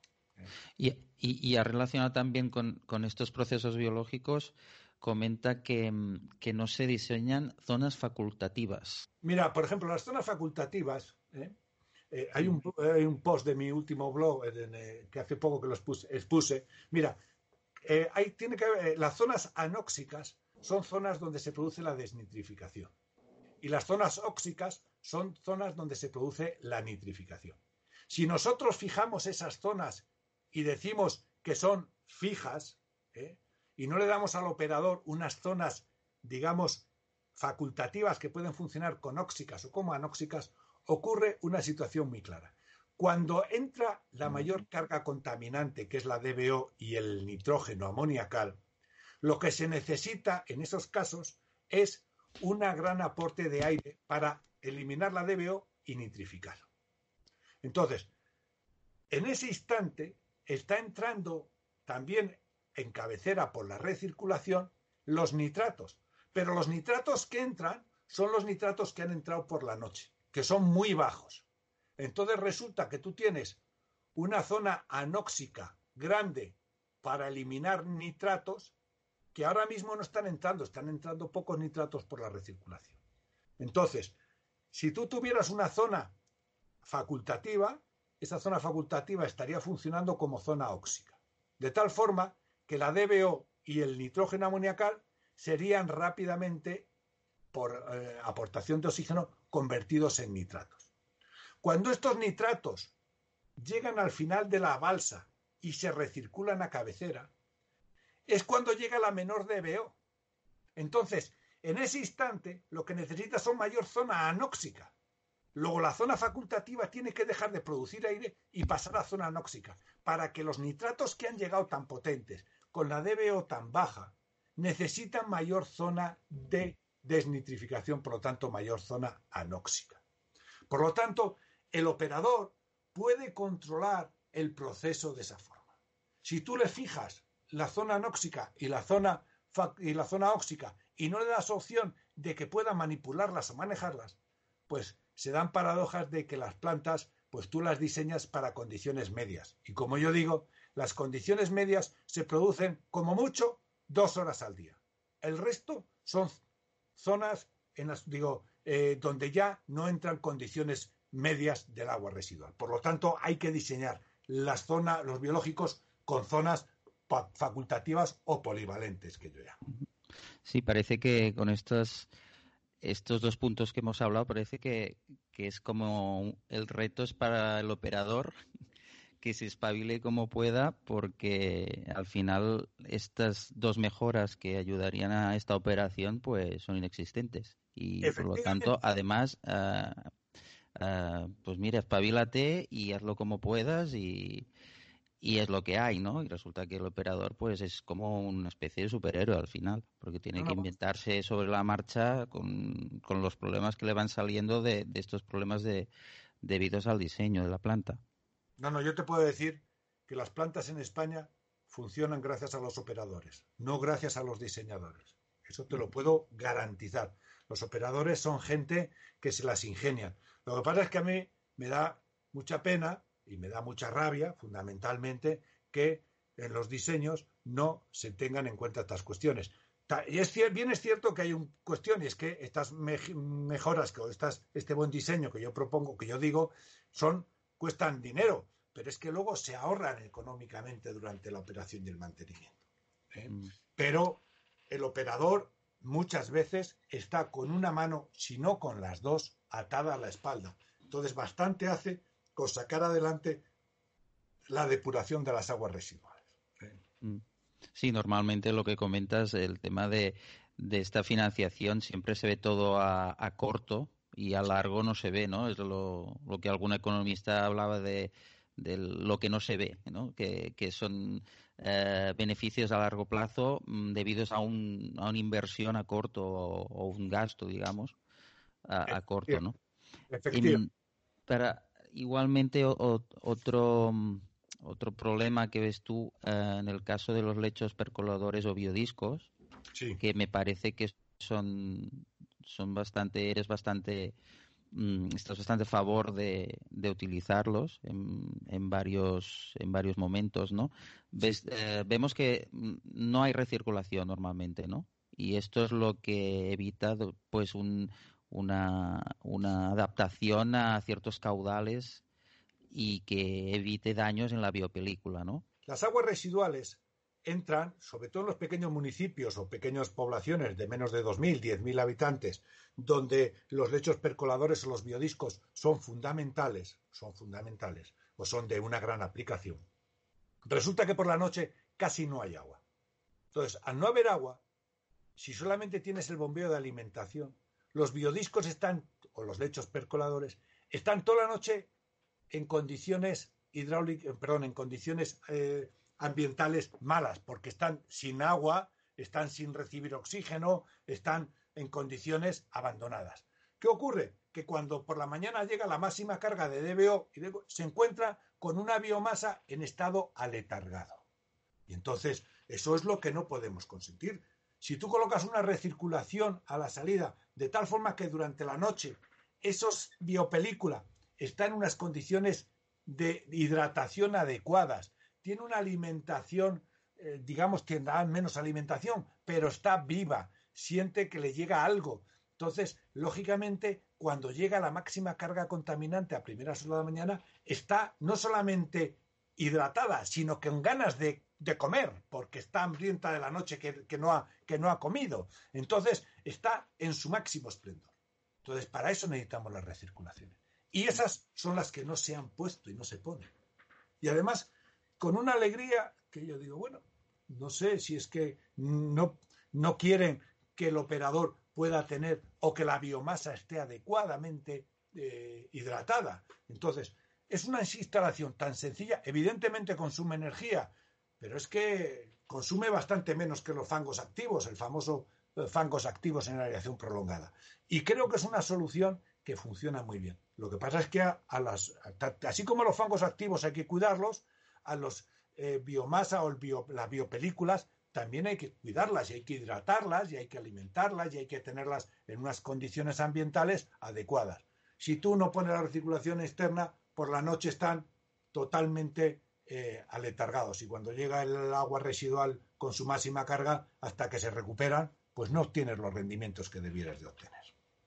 Y ha relacionado también con estos procesos biológicos, comenta que no se diseñan zonas facultativas. Mira, por ejemplo, las zonas facultativas, hay un post de mi último blog que hace poco que lo expuse. Mira, tiene que haber, las zonas anóxicas son zonas donde se produce la desnitrificación y las zonas óxicas son zonas donde se produce la nitrificación. Si nosotros fijamos esas zonas y decimos que son fijas, y no le damos al operador unas zonas, digamos, facultativas que pueden funcionar con óxicas o como anóxicas, ocurre una situación muy clara. Cuando entra la mayor carga contaminante, que es la DBO y el nitrógeno amoniacal, lo que se necesita en esos casos es un gran aporte de aire para eliminar la DBO y nitrificar. Entonces, en ese instante está entrando también en cabecera por la recirculación los nitratos, pero los nitratos que entran son los nitratos que han entrado por la noche, que son muy bajos. Entonces resulta que tú tienes una zona anóxica grande para eliminar nitratos que ahora mismo no están entrando pocos nitratos por la recirculación. Entonces, si tú tuvieras una zona facultativa, esa zona facultativa estaría funcionando como zona óxica, de tal forma que la DBO y el nitrógeno amoniacal serían rápidamente, por aportación de oxígeno, convertidos en nitratos. Cuando estos nitratos llegan al final de la balsa y se recirculan a cabecera, es cuando llega la menor DBO. Entonces, en ese instante, lo que necesitas son mayor zona anóxica. Luego la zona facultativa tiene que dejar de producir aire y pasar a zona anóxica, para que los nitratos que han llegado tan potentes, con la DBO tan baja, necesitan mayor zona de desnitrificación, por lo tanto mayor zona anóxica. Por lo tanto, el operador puede controlar el proceso de esa forma. Si tú le fijas la zona anóxica y la zona óxica y no le das opción de que pueda manipularlas o manejarlas, pues se dan paradojas de que las plantas, pues tú las diseñas para condiciones medias. Y como yo digo, las condiciones medias se producen como mucho 2 horas al día. El resto son zonas donde ya no entran condiciones medias del agua residual. Por lo tanto, hay que diseñar los biológicos con zonas facultativas o polivalentes, que yo llamo. Sí, parece que con estos 2 puntos que hemos hablado, parece que es como el reto es para el operador que se espabile como pueda, porque al final estas dos mejoras que ayudarían a esta operación pues son inexistentes. Y por lo tanto, Efectivamente. además, pues mira, espabilate y hazlo como puedas y es lo que hay, ¿no? Y resulta que el operador pues es como una especie de superhéroe al final, porque tiene No, que no, inventarse sobre la marcha con los problemas que le van saliendo de estos problemas debidos al diseño de la planta. no, yo te puedo decir que las plantas en España funcionan gracias a los operadores, no gracias a los diseñadores. Eso te lo puedo garantizar. Los operadores son gente que se las ingenian. Lo que pasa es que a mí me da mucha pena y me da mucha rabia, fundamentalmente, que en los diseños no se tengan en cuenta estas cuestiones. Y bien es cierto que hay una cuestión, y es que estas mejoras, que este buen diseño que yo propongo, que yo digo, cuestan dinero, pero es que luego se ahorran económicamente durante la operación y el mantenimiento. ¿Eh? Mm. Pero el operador muchas veces está con una mano, si no con las dos, atada a la espalda. Entonces, bastante hace con sacar adelante la depuración de las aguas residuales. Mm. Sí, normalmente lo que comentas, el tema de esta financiación siempre se ve todo a corto y a largo no se ve, ¿no? Es lo que algún economista hablaba de lo que no se ve, ¿no? Que son beneficios a largo plazo debidos a una inversión a corto o un gasto, digamos, a corto, ¿no? Efectivamente. En, igualmente, otro problema que ves tú en el caso de los lechos percoladores o biodiscos, Sí. que me parece que son bastante, estás bastante a favor de utilizarlos en varios momentos, ¿no? Vemos que no hay recirculación normalmente, ¿no? Y esto es lo que evita, pues, una adaptación a ciertos caudales y que evite daños en la biopelícula, ¿no? Las aguas residuales entran, sobre todo en los pequeños municipios o pequeñas poblaciones de menos de 2.000, 10.000 habitantes, donde los lechos percoladores o los biodiscos son fundamentales o son de una gran aplicación. Resulta que por la noche casi no hay agua. Entonces, al no haber agua, si solamente tienes el bombeo de alimentación, los biodiscos o los lechos percoladores, están toda la noche en condiciones en condiciones ambientales malas, porque están sin agua, están sin recibir oxígeno, están en condiciones abandonadas. ¿Qué ocurre? Que cuando por la mañana llega la máxima carga de DBO, se encuentra con una biomasa en estado aletargado. Y entonces, eso es lo que no podemos consentir. Si tú colocas una recirculación a la salida, de tal forma que durante la noche esos biopelícula está en unas condiciones de hidratación adecuadas, tiene una alimentación, digamos, tendrá menos alimentación, pero está viva, siente que le llega algo. Entonces, lógicamente, cuando llega la máxima carga contaminante a primeras horas de la mañana, está no solamente hidratada, sino con ganas de comer, porque está hambrienta de la noche que no ha comido. Entonces, está en su máximo esplendor. Entonces, para eso necesitamos las recirculaciones. Y esas son las que no se han puesto y no se ponen. Y además, con una alegría que yo digo, bueno, no sé si es que no quieren que el operador pueda tener o que la biomasa esté adecuadamente hidratada. Entonces, es una instalación tan sencilla, evidentemente consume energía, pero es que consume bastante menos que los fangos activos, el famoso fangos activos en aireación prolongada. Y creo que es una solución que funciona muy bien. Lo que pasa es que así como los fangos activos hay que cuidarlos, a los biomasa o las biopelículas también hay que cuidarlas y hay que hidratarlas y hay que alimentarlas y hay que tenerlas en unas condiciones ambientales adecuadas. Si tú no pones la recirculación externa, por la noche están totalmente aletargados y cuando llega el agua residual con su máxima carga hasta que se recuperan, pues no obtienes los rendimientos que debieras de obtener.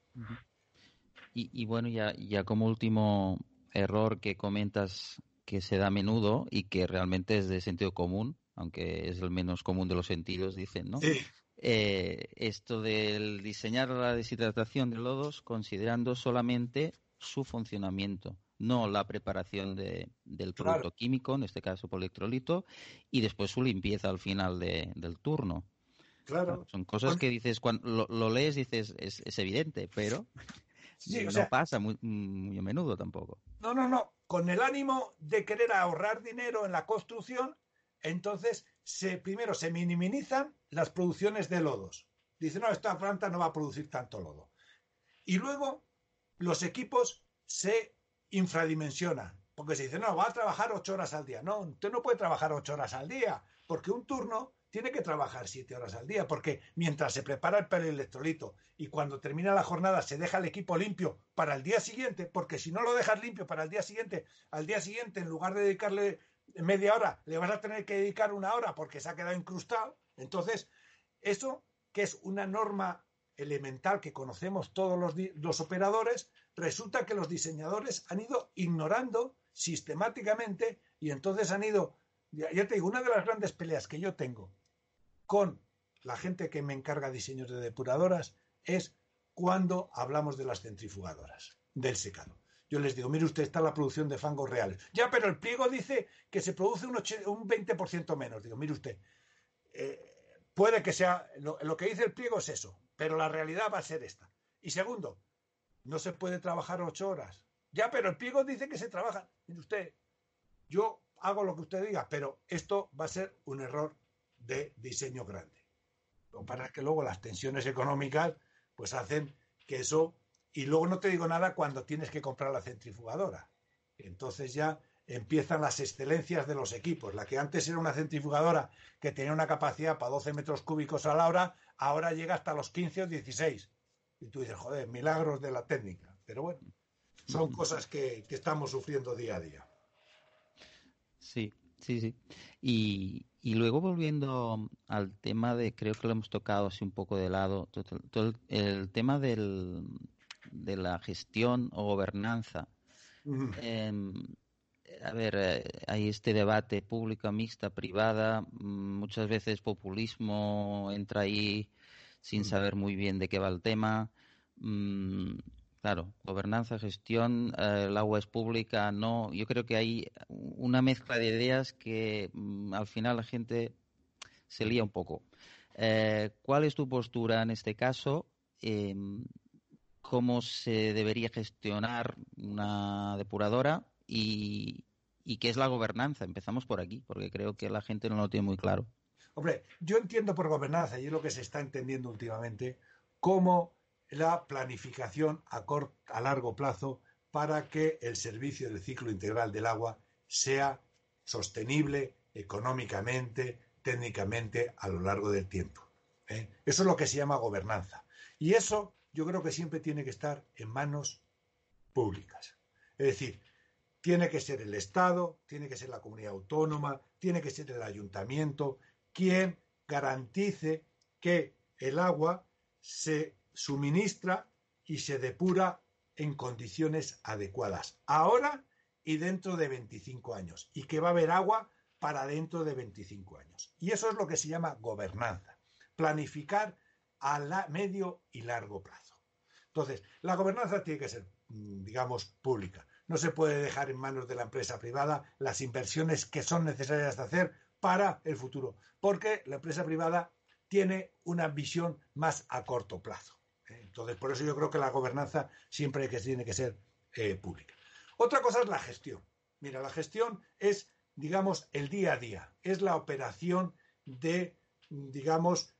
Y bueno, ya como último error que comentas que se da a menudo y que realmente es de sentido común, aunque es el menos común de los sentidos, dicen, ¿no? Sí. Esto del diseñar la deshidratación de lodos considerando solamente su funcionamiento, no la preparación del Claro, producto químico, en este caso por electrolito, y después su limpieza al final del turno. Claro, claro. son cosas Con- que dices, cuando lo lees, dices, es evidente, pero sí, o no sea, pasa muy a menudo tampoco. no, no, no. Con el ánimo de querer ahorrar dinero en la construcción, entonces primero se minimizan las producciones de lodos. Dice, no, esta planta no va a producir tanto lodo. Y luego los equipos se infradimensionan. Porque se dice, no, va a trabajar 8 horas al día. No, usted no puede trabajar 8 horas al día, porque un turno tiene que trabajar 7 horas al día, porque mientras se prepara el electrolito y cuando termina la jornada se deja el equipo limpio para el día siguiente, porque si no lo dejas limpio para el día siguiente, al día siguiente en lugar de dedicarle media hora, le vas a tener que dedicar 1 hora porque se ha quedado incrustado. Entonces, eso que es una norma elemental que conocemos todos los operadores, resulta que los diseñadores han ido ignorando sistemáticamente y entonces han ido, ya te digo, una de las grandes peleas que yo tengo con la gente que me encarga diseños de depuradoras es cuando hablamos de las centrifugadoras, del secado. Yo les digo, mire usted, está la producción de fangos reales. Ya, pero el pliego dice que se produce un 20% menos. Digo, mire usted, puede que sea, lo que dice el pliego es eso, pero la realidad va a ser esta. Y segundo, no se puede trabajar 8 horas. Ya, pero el pliego dice que se trabaja. Mire usted, yo hago lo que usted diga, pero esto va a ser un error de diseño grande. Lo que pasa es que luego las tensiones económicas pues hacen que eso, y luego no te digo nada cuando tienes que comprar la centrifugadora. Entonces ya empiezan las excelencias de los equipos. La que antes era una centrifugadora que tenía una capacidad para 12 metros cúbicos a la hora, ahora llega hasta los 15 o 16. Y tú dices, joder, milagros de la técnica. Pero bueno, son cosas que estamos sufriendo día a día. Sí, sí, sí. Y luego volviendo al tema creo que lo hemos tocado así un poco de lado, todo el tema de la gestión o gobernanza. Em, a ver, hay este debate pública, mixta, privada, muchas veces populismo entra ahí sin saber muy bien de qué va el tema. Mm, claro, gobernanza, gestión, el agua es pública, no. Yo creo que hay una mezcla de ideas que al final la gente se lía un poco. ¿Cuál es tu postura en este caso? ¿Cómo se debería gestionar una depuradora? ¿Y qué es la gobernanza? Empezamos por aquí, porque creo que la gente no lo tiene muy claro. Hombre, yo entiendo por gobernanza, y es lo que se está entendiendo últimamente, como la planificación a largo plazo para que el servicio del ciclo integral del agua sea sostenible económicamente, técnicamente, a lo largo del tiempo. Eso es lo que se llama gobernanza. Y eso yo creo que siempre tiene que estar en manos públicas. Es decir, tiene que ser el Estado, tiene que ser la comunidad autónoma, tiene que ser el ayuntamiento quien garantice que el agua se suministra y se depura en condiciones adecuadas, ahora y dentro de 25 años, y que va a haber agua para dentro de 25 años. Y eso es lo que se llama gobernanza, planificar a medio y largo plazo. Entonces, la gobernanza tiene que ser, digamos, pública. No se puede dejar en manos de la empresa privada las inversiones que son necesarias de hacer para el futuro, porque la empresa privada tiene una visión más a corto plazo. Entonces, por eso yo creo que la gobernanza siempre tiene que ser pública. Otra cosa es la gestión. Mira, la gestión es, digamos, el día a día, es la operación de, digamos,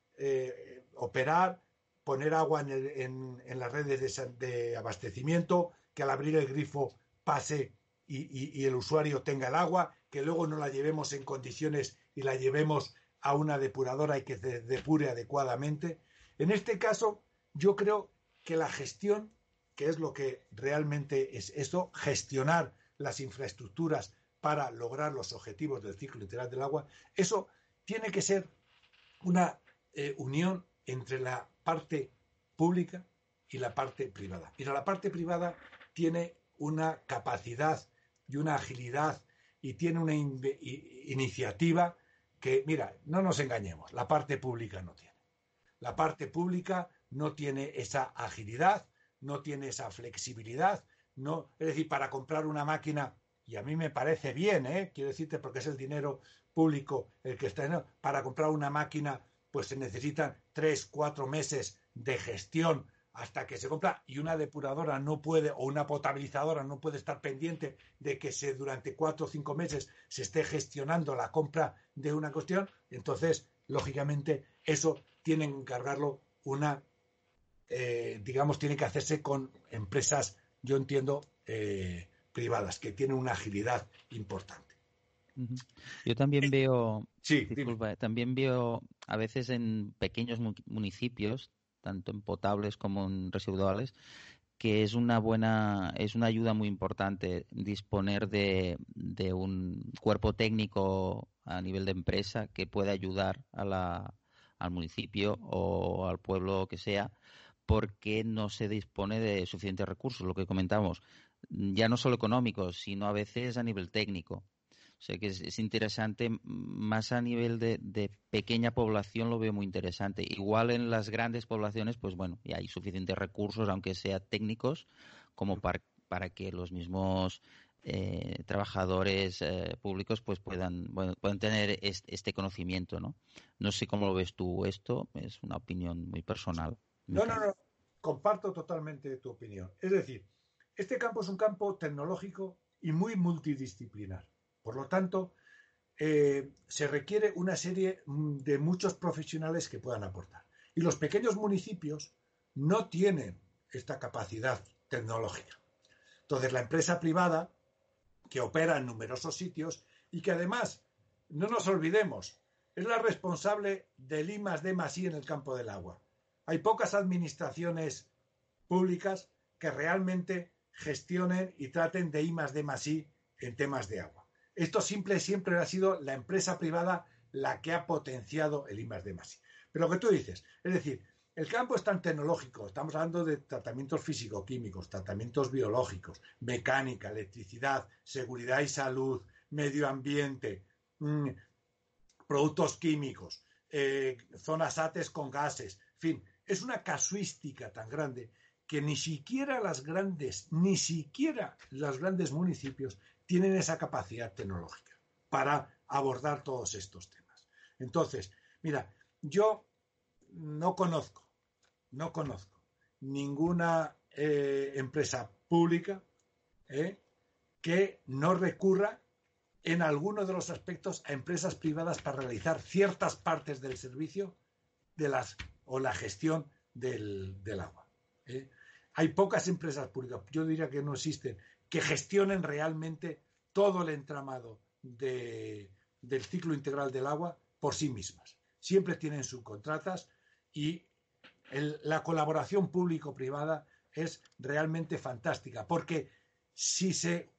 operar, poner agua en las redes de abastecimiento, que al abrir el grifo pase y el usuario tenga el agua, que luego no la llevemos en condiciones y la llevemos a una depuradora y que se depure adecuadamente. En este caso, yo creo que la gestión, que es lo que realmente es esto, gestionar las infraestructuras para lograr los objetivos del ciclo integral del agua, eso tiene que ser una unión entre la parte pública y la parte privada. Mira, la parte privada tiene una capacidad y una agilidad y tiene una iniciativa que, mira, no nos engañemos, la parte pública no tiene. La parte pública no tiene esa agilidad, no tiene esa flexibilidad, no, es decir, para comprar una máquina, y a mí me parece bien, quiero decirte, porque es el dinero público el que está en, para comprar una máquina, pues se necesitan 3, 4 meses de gestión hasta que se compra, y una depuradora no puede, o una potabilizadora no puede estar pendiente de que durante 4 o 5 meses se esté gestionando la compra de una cuestión. Entonces, lógicamente, eso tiene que encargarlo digamos, tiene que hacerse con empresas, yo entiendo, privadas, que tienen una agilidad importante. Yo también veo, Sí, dime. disculpa, también veo a veces en pequeños municipios, tanto en potables como en residuales, que es una ayuda muy importante disponer de un cuerpo técnico a nivel de empresa que pueda ayudar al municipio o al pueblo que sea, porque no se dispone de suficientes recursos, lo que comentamos, ya no solo económicos, sino a veces a nivel técnico. O sea que es interesante, más a nivel de pequeña población lo veo muy interesante. Igual en las grandes poblaciones, pues bueno, ya hay suficientes recursos, aunque sea técnicos, como para que los mismos trabajadores públicos pues puedan tener este conocimiento, ¿no? No sé cómo lo ves tú esto, es una opinión muy personal, en mi No, no, caso. no, comparto totalmente tu opinión. Es decir, este campo es un campo tecnológico y muy multidisciplinar. Por lo tanto, se requiere una serie de muchos profesionales que puedan aportar. Y los pequeños municipios no tienen esta capacidad tecnológica. Entonces, la empresa privada, que opera en numerosos sitios y que además, no nos olvidemos, es la responsable del I+D+I en el campo del agua. Hay pocas administraciones públicas que realmente gestionen y traten de I+D+I en temas de agua. Esto siempre ha sido la empresa privada la que ha potenciado el I+D+I. Pero lo que tú dices, es decir, el campo es tan tecnológico, estamos hablando de tratamientos físico-químicos, tratamientos biológicos, mecánica, electricidad, seguridad y salud, medio ambiente, productos químicos, zonas ATES con gases, en fin, es una casuística tan grande que ni siquiera los grandes municipios tienen esa capacidad tecnológica para abordar todos estos temas. Entonces, mira, yo no conozco ninguna empresa pública que no recurra en alguno de los aspectos a empresas privadas para realizar ciertas partes del servicio o la gestión del agua. Hay pocas empresas públicas, yo diría que no existen, que gestionen realmente todo el entramado del ciclo integral del agua por sí mismas. Siempre tienen subcontratas y la colaboración público-privada es realmente fantástica, porque si se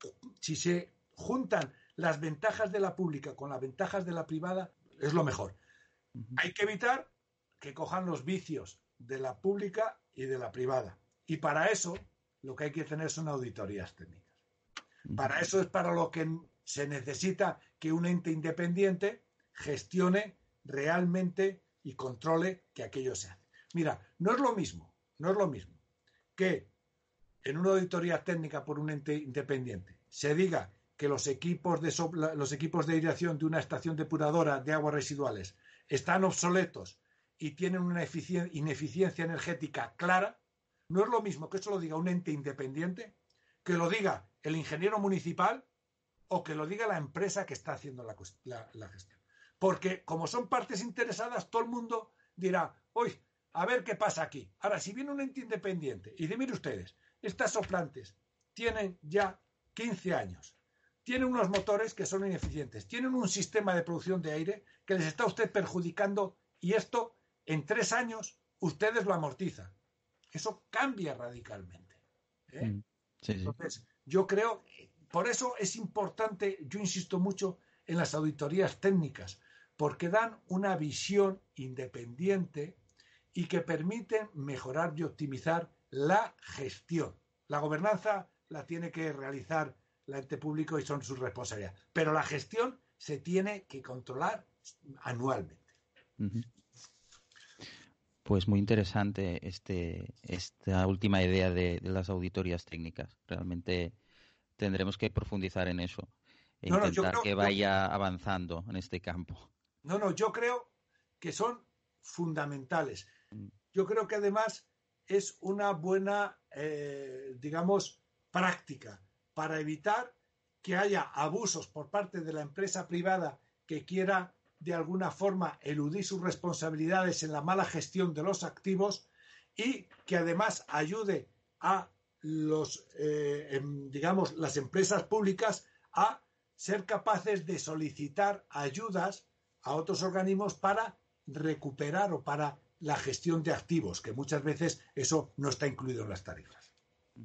juntan las ventajas de la pública con las ventajas de la privada, es lo mejor. Hay que evitar que cojan los vicios de la pública y de la privada. Y para eso lo que hay que tener son auditorías técnicas. Para eso es para lo que se necesita que un ente independiente gestione realmente y controle que aquello se hace. Mira, no es lo mismo que en una auditoría técnica por un ente independiente se diga que los equipos de aireación de una estación depuradora de aguas residuales están obsoletos y tienen una ineficiencia energética clara. No es lo mismo que eso lo diga un ente independiente, que lo diga el ingeniero municipal o que lo diga la empresa que está haciendo la gestión. Porque como son partes interesadas, todo el mundo dirá, uy, a ver qué pasa aquí. Ahora, si viene un ente independiente y dice, mire ustedes, estas soplantes tienen ya 15 años, tienen unos motores que son ineficientes, tienen un sistema de producción de aire que les está a usted perjudicando y esto en 3 años ustedes lo amortizan. Eso cambia radicalmente. Sí, sí. Entonces, yo creo, por eso es importante, yo insisto mucho en las auditorías técnicas, porque dan una visión independiente y que permiten mejorar y optimizar la gestión. La gobernanza la tiene que realizar el ente público y son sus responsabilidades, pero la gestión se tiene que controlar anualmente. Pues muy interesante esta última idea de las auditorías técnicas. Realmente tendremos que profundizar en eso e No, no, intentar que vaya avanzando en este campo. yo creo que son fundamentales. Yo creo que además es una buena, digamos, práctica para evitar que haya abusos por parte de la empresa privada que quiera de alguna forma eludir sus responsabilidades en la mala gestión de los activos y que además ayude a digamos, las empresas públicas a ser capaces de solicitar ayudas a otros organismos para recuperar o para la gestión de activos, que muchas veces eso no está incluido en las tarifas.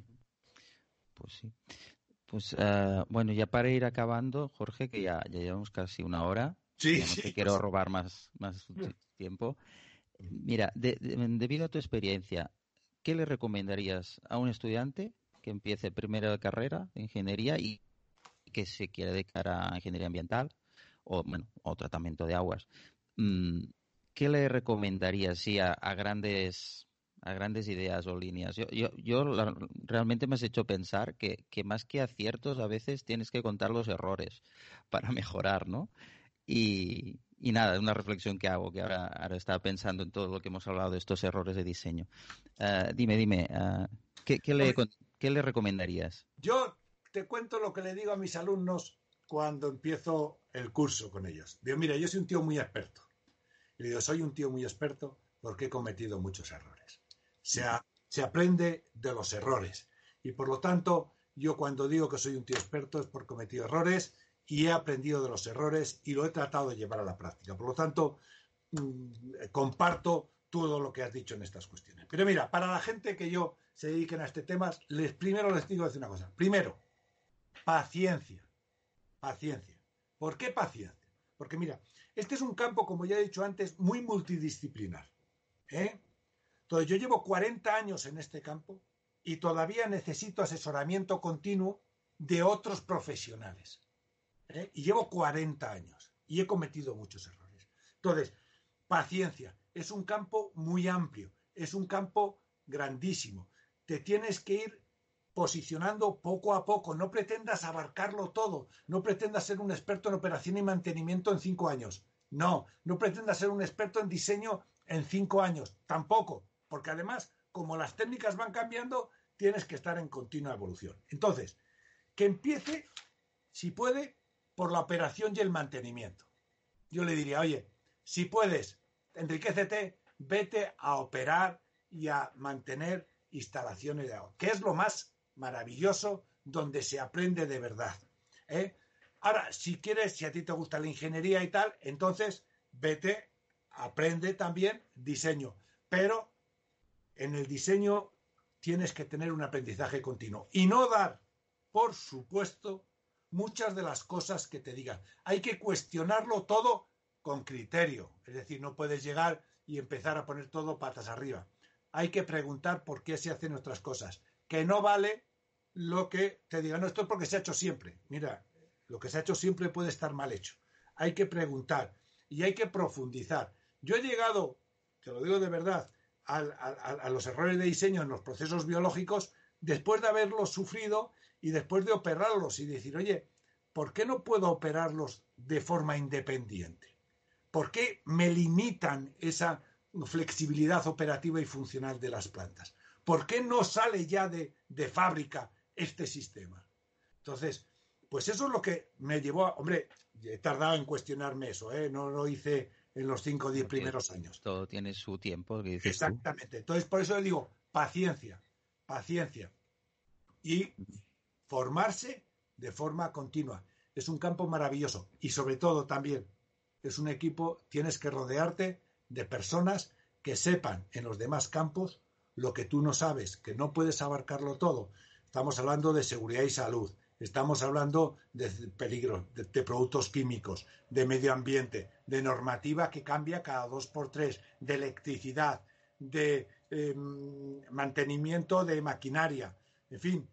Pues sí. Pues bueno, ya para ir acabando, Jorge, que ya llevamos casi una hora, Sí, ya no te sí. quiero robar más tiempo. Mira, debido a tu experiencia, ¿qué le recomendarías a un estudiante que empiece primero de carrera de ingeniería y que se quiera dedicar a ingeniería ambiental o, bueno, o tratamiento de aguas? ¿Qué le recomendarías, sí, a grandes ideas o líneas? Realmente me has hecho pensar que más que aciertos a veces tienes que contar los errores para mejorar, ¿no? Y nada, es una reflexión que hago, que ahora estaba pensando en todo lo que hemos hablado de estos errores de diseño. Dime, Hombre, ¿qué le recomendarías? yo te cuento lo que le digo a mis alumnos cuando empiezo el curso con ellos. Digo, mira, yo soy un tío muy experto. Y le digo, soy un tío muy experto porque he cometido muchos errores. Se aprende de los errores. Y por lo tanto, yo cuando digo que soy un tío experto es porque he cometido errores y he aprendido de los errores y lo he tratado de llevar a la práctica. Por lo tanto, comparto todo lo que has dicho en estas cuestiones. Pero mira, para la gente que yo se dediquen a este tema, primero les digo decir una cosa. Primero, paciencia. Paciencia. ¿Por qué paciencia? Porque mira, este es un campo, como ya he dicho antes, muy multidisciplinar. ¿eh? Entonces, yo llevo 40 años en este campo y todavía necesito asesoramiento continuo de otros profesionales. Y llevo 40 años y he cometido muchos errores. Entonces, paciencia. Es un campo muy amplio, es un campo grandísimo. Te tienes que ir posicionando poco a poco. No pretendas abarcarlo todo. No pretendas ser un experto en operación y mantenimiento en 5 años. No, no pretendas ser un experto en diseño en 5 años. Tampoco, porque además, como las técnicas van cambiando, tienes que estar en continua evolución. Entonces, que empiece, si puede, por la operación y el mantenimiento. Yo le diría, oye, si puedes, enriquécete, vete a operar y a mantener instalaciones de agua, que es lo más maravilloso donde se aprende de verdad. ¿eh? Ahora, si quieres, si a ti te gusta la ingeniería y tal, entonces vete, aprende también diseño. Pero en el diseño tienes que tener un aprendizaje continuo y no dar, por supuesto, muchas de las cosas que te digan. Hay que cuestionarlo todo con criterio. Es decir, no puedes llegar y empezar a poner todo patas arriba. Hay que preguntar por qué se hacen nuestras cosas. Que no vale lo que te digan, no, esto es porque se ha hecho siempre. Mira, lo que se ha hecho siempre puede estar mal hecho. Hay que preguntar y hay que profundizar. Yo he llegado, te lo digo de verdad, a los errores de diseño en los procesos biológicos después de haberlos sufrido y después de operarlos y decir, oye, ¿por qué no puedo operarlos de forma independiente? ¿Por qué me limitan esa flexibilidad operativa y funcional de las plantas? ¿Por qué no sale ya de fábrica este sistema? Entonces, pues eso es lo que me llevó a... Hombre, he tardado en cuestionarme eso, ¿eh? No lo hice en los 5 o 10 Porque primeros años. todo tiene su tiempo, que dices tú. Exactamente. Entonces, por eso le digo, paciencia, paciencia. Y formarse de forma continua. Es un campo maravilloso. Y sobre todo también, es un equipo, tienes que rodearte de personas que sepan en los demás campos lo que tú no sabes, que no puedes abarcarlo todo. Estamos hablando de seguridad y salud, estamos hablando de peligro, de productos químicos, de medio ambiente, de normativa que cambia cada 2 por 3, de electricidad, de mantenimiento de maquinaria, en fin,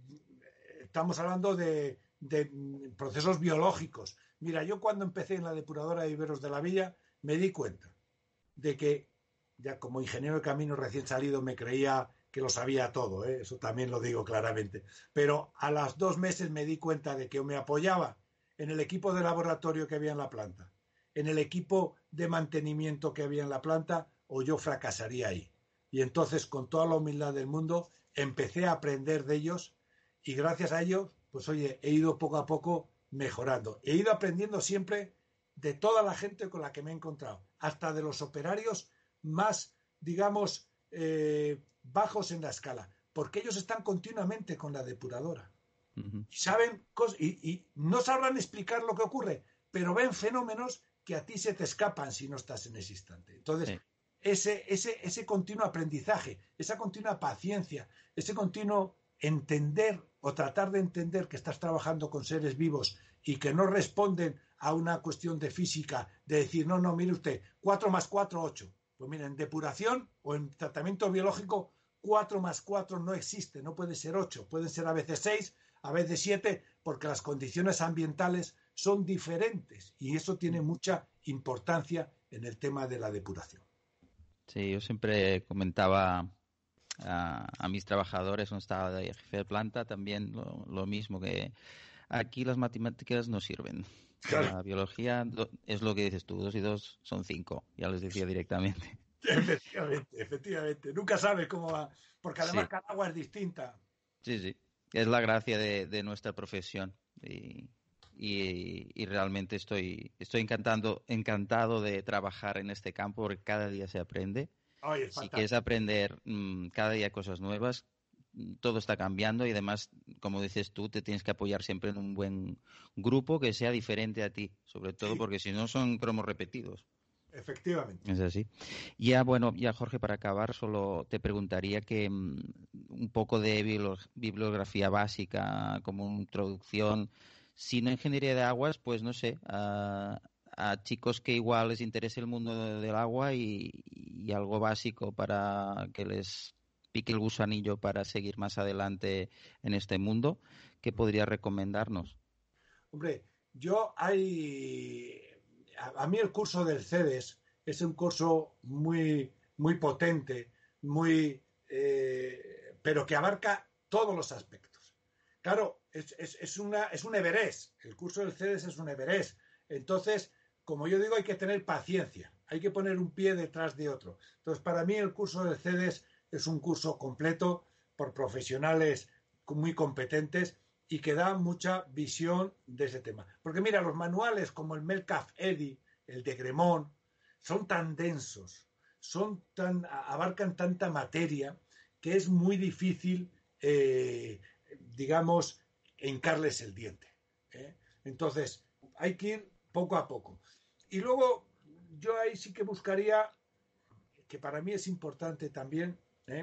estamos hablando de procesos biológicos. Mira, yo cuando empecé en la depuradora de Iberos de la Villa me di cuenta de que ya como ingeniero de caminos recién salido me creía que lo sabía todo, ¿eh? Eso también lo digo claramente. Pero a los 2 meses me di cuenta de que me apoyaba en el equipo de laboratorio que había en la planta, en el equipo de mantenimiento que había en la planta, o yo fracasaría ahí. Y entonces, con toda la humildad del mundo, empecé a aprender de ellos y gracias a ellos, pues oye, he ido poco a poco mejorando. He ido aprendiendo siempre de toda la gente con la que me he encontrado, hasta de los operarios más, digamos, bajos en la escala, porque ellos están continuamente con la depuradora. Ujú. Saben y no sabrán explicar lo que ocurre, pero ven fenómenos que a ti se te escapan si no estás en ese instante. Entonces, Sí. ese continuo aprendizaje, esa continua paciencia, ese continuo entender o tratar de entender que estás trabajando con seres vivos y que no responden a una cuestión de física, de decir, no, no, mire usted, 4 más 4, 8. Pues mira, en depuración o en tratamiento biológico, 4 más 4 no existe, no puede ser 8, pueden ser a veces 6, a veces 7, porque las condiciones ambientales son diferentes y eso tiene mucha importancia en el tema de la depuración. Sí, yo siempre comentaba a mis trabajadores, cuando estaba de jefe de planta, también lo mismo, que aquí las matemáticas no sirven. Claro, La biología es lo que dices tú, 2 y 2 son 5, ya les decía directamente. efectivamente, efectivamente. Nunca sabes cómo va, porque además Sí, cada agua es distinta. sí, sí. Es la gracia de nuestra profesión y realmente estoy encantado de trabajar en este campo porque cada día se aprende. Ay, es Si quieres fantástico. aprender cada día cosas nuevas, todo está cambiando y además, como dices tú, te tienes que apoyar siempre en un buen grupo que sea diferente a ti, sobre todo Sí, porque si no son cromos repetidos. efectivamente. Es así. Ya, bueno, ya Jorge, para acabar, solo te preguntaría que un poco de bibliografía básica, como introducción, si no ingeniería de aguas, pues no sé, a chicos que igual les interese el mundo del agua y algo básico para que les pique el gusanillo para seguir más adelante en este mundo, ¿qué podría recomendarnos? Hombre, yo hay... A mí el curso del CEDES es un curso muy, muy potente, muy, pero que abarca todos los aspectos. Claro, es un Everest. El curso del CEDES es un Everest. Entonces, como yo digo, hay que tener paciencia. Hay que poner un pie detrás de otro. Entonces, para mí el curso del CEDES es un curso completo por profesionales muy competentes y que da mucha visión de ese tema. Porque mira, los manuales como el Melcaf Eddy, el de Gremón, son tan densos, abarcan tanta materia que es muy difícil, digamos, hincarles el diente. ¿Eh? Entonces, hay que ir poco a poco. Y luego, yo ahí sí que buscaría, que para mí es importante también,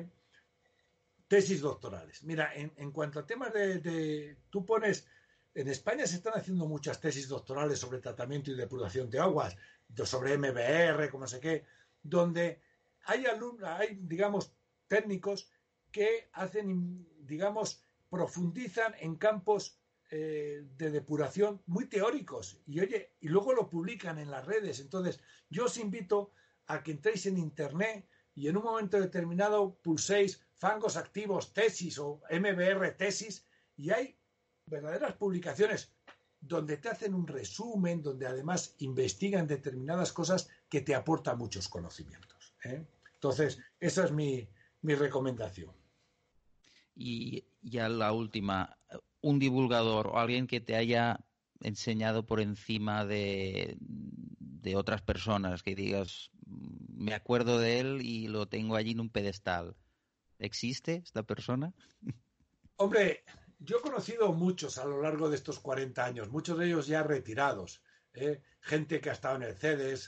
tesis doctorales. Mira, en cuanto a temas tú pones, en España se están haciendo muchas tesis doctorales sobre tratamiento y depuración de aguas, sobre MBR, como sé qué, donde hay alumnos, hay, digamos, técnicos que hacen, digamos, profundizan en campos de depuración muy teóricos y oye, y luego lo publican en las redes. Entonces, yo os invito a que entréis en internet y en un momento determinado pulséis fangos activos tesis o MBR tesis y hay verdaderas publicaciones donde te hacen un resumen, donde además investigan determinadas cosas que te aportan muchos conocimientos. ¿Eh? Entonces, esa es mi recomendación. Y ya la última, un divulgador o alguien que te haya enseñado por encima de otras personas, que digas, me acuerdo de él y lo tengo allí en un pedestal. ¿Existe esta persona? Hombre, yo he conocido muchos a lo largo de estos 40 años, muchos de ellos ya retirados, gente que ha estado en el CEDES,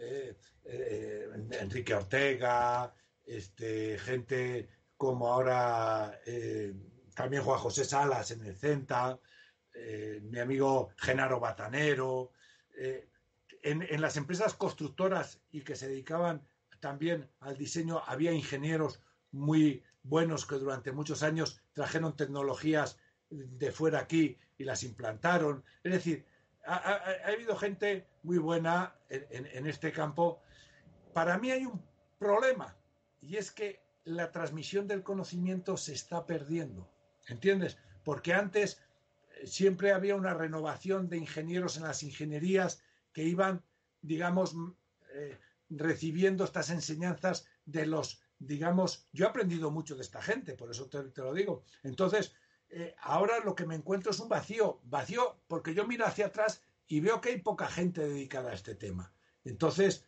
Enrique Ortega, gente como ahora también Juan José Salas en el CENTA, mi amigo Genaro Batanero, eh, en las empresas constructoras y que se dedicaban también al diseño, había ingenieros muy buenos que durante muchos años trajeron tecnologías de fuera aquí y las implantaron. Es decir, ha habido gente muy buena en este campo. Para mí hay problema, y es que la transmisión del conocimiento se está perdiendo, ¿entiendes? Porque antes siempre había una renovación de ingenieros en las ingenierías que iban, digamos, recibiendo estas enseñanzas de los, digamos, yo he aprendido mucho de esta gente, por eso te lo digo. Entonces, ahora lo que me encuentro es un vacío porque yo miro hacia atrás y veo que hay poca gente dedicada a este tema. Entonces,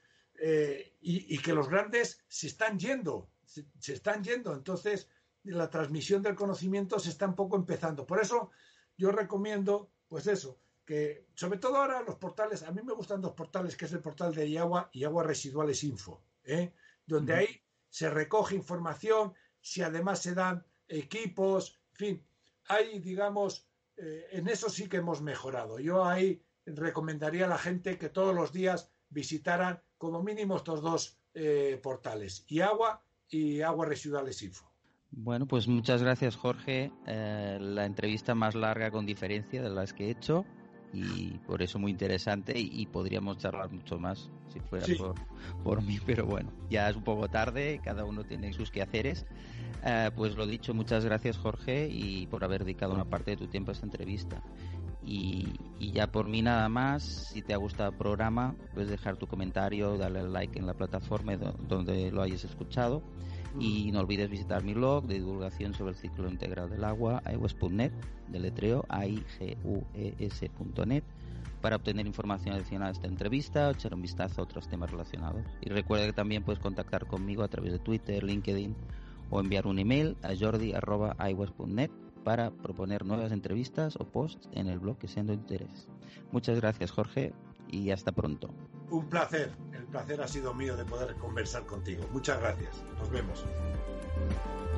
y que los grandes se están yendo. Entonces, la transmisión del conocimiento se está un poco empezando. Por eso, yo recomiendo, pues eso, que sobre todo ahora los portales, a mí me gustan dos portales, que es el portal de IAGUA y Aguas Residuales Info, donde ahí se recoge información, si además se dan equipos, en fin, hay, digamos, en eso sí que hemos mejorado. Yo ahí recomendaría a la gente que todos los días visitaran como mínimo estos dos portales, IAGUA y Aguas Residuales Info. Bueno, pues muchas gracias, Jorge. La entrevista más larga con diferencia de las que he hecho y por eso muy interesante y podríamos charlar mucho más si fuera por mí, pero bueno, ya es un poco tarde, cada uno tiene sus quehaceres. Pues lo dicho, muchas gracias, Jorge, y por haber dedicado una parte de tu tiempo a esta entrevista. Y ya por mí nada más. Si te ha gustado el programa, puedes dejar tu comentario, darle al like en la plataforma donde lo hayas escuchado. Y no olvides visitar mi blog de divulgación sobre el ciclo integral del agua, aigues.net, deletreo aigues.net, para obtener información adicional a esta entrevista o echar un vistazo a otros temas relacionados. Y recuerda que también puedes contactar conmigo a través de Twitter, LinkedIn o enviar un email a jordi@aigues.net para proponer nuevas entrevistas o posts en el blog que sean de interés. Muchas gracias, Jorge, y hasta pronto. Un placer. El placer ha sido mío de poder conversar contigo. Muchas gracias. Nos vemos.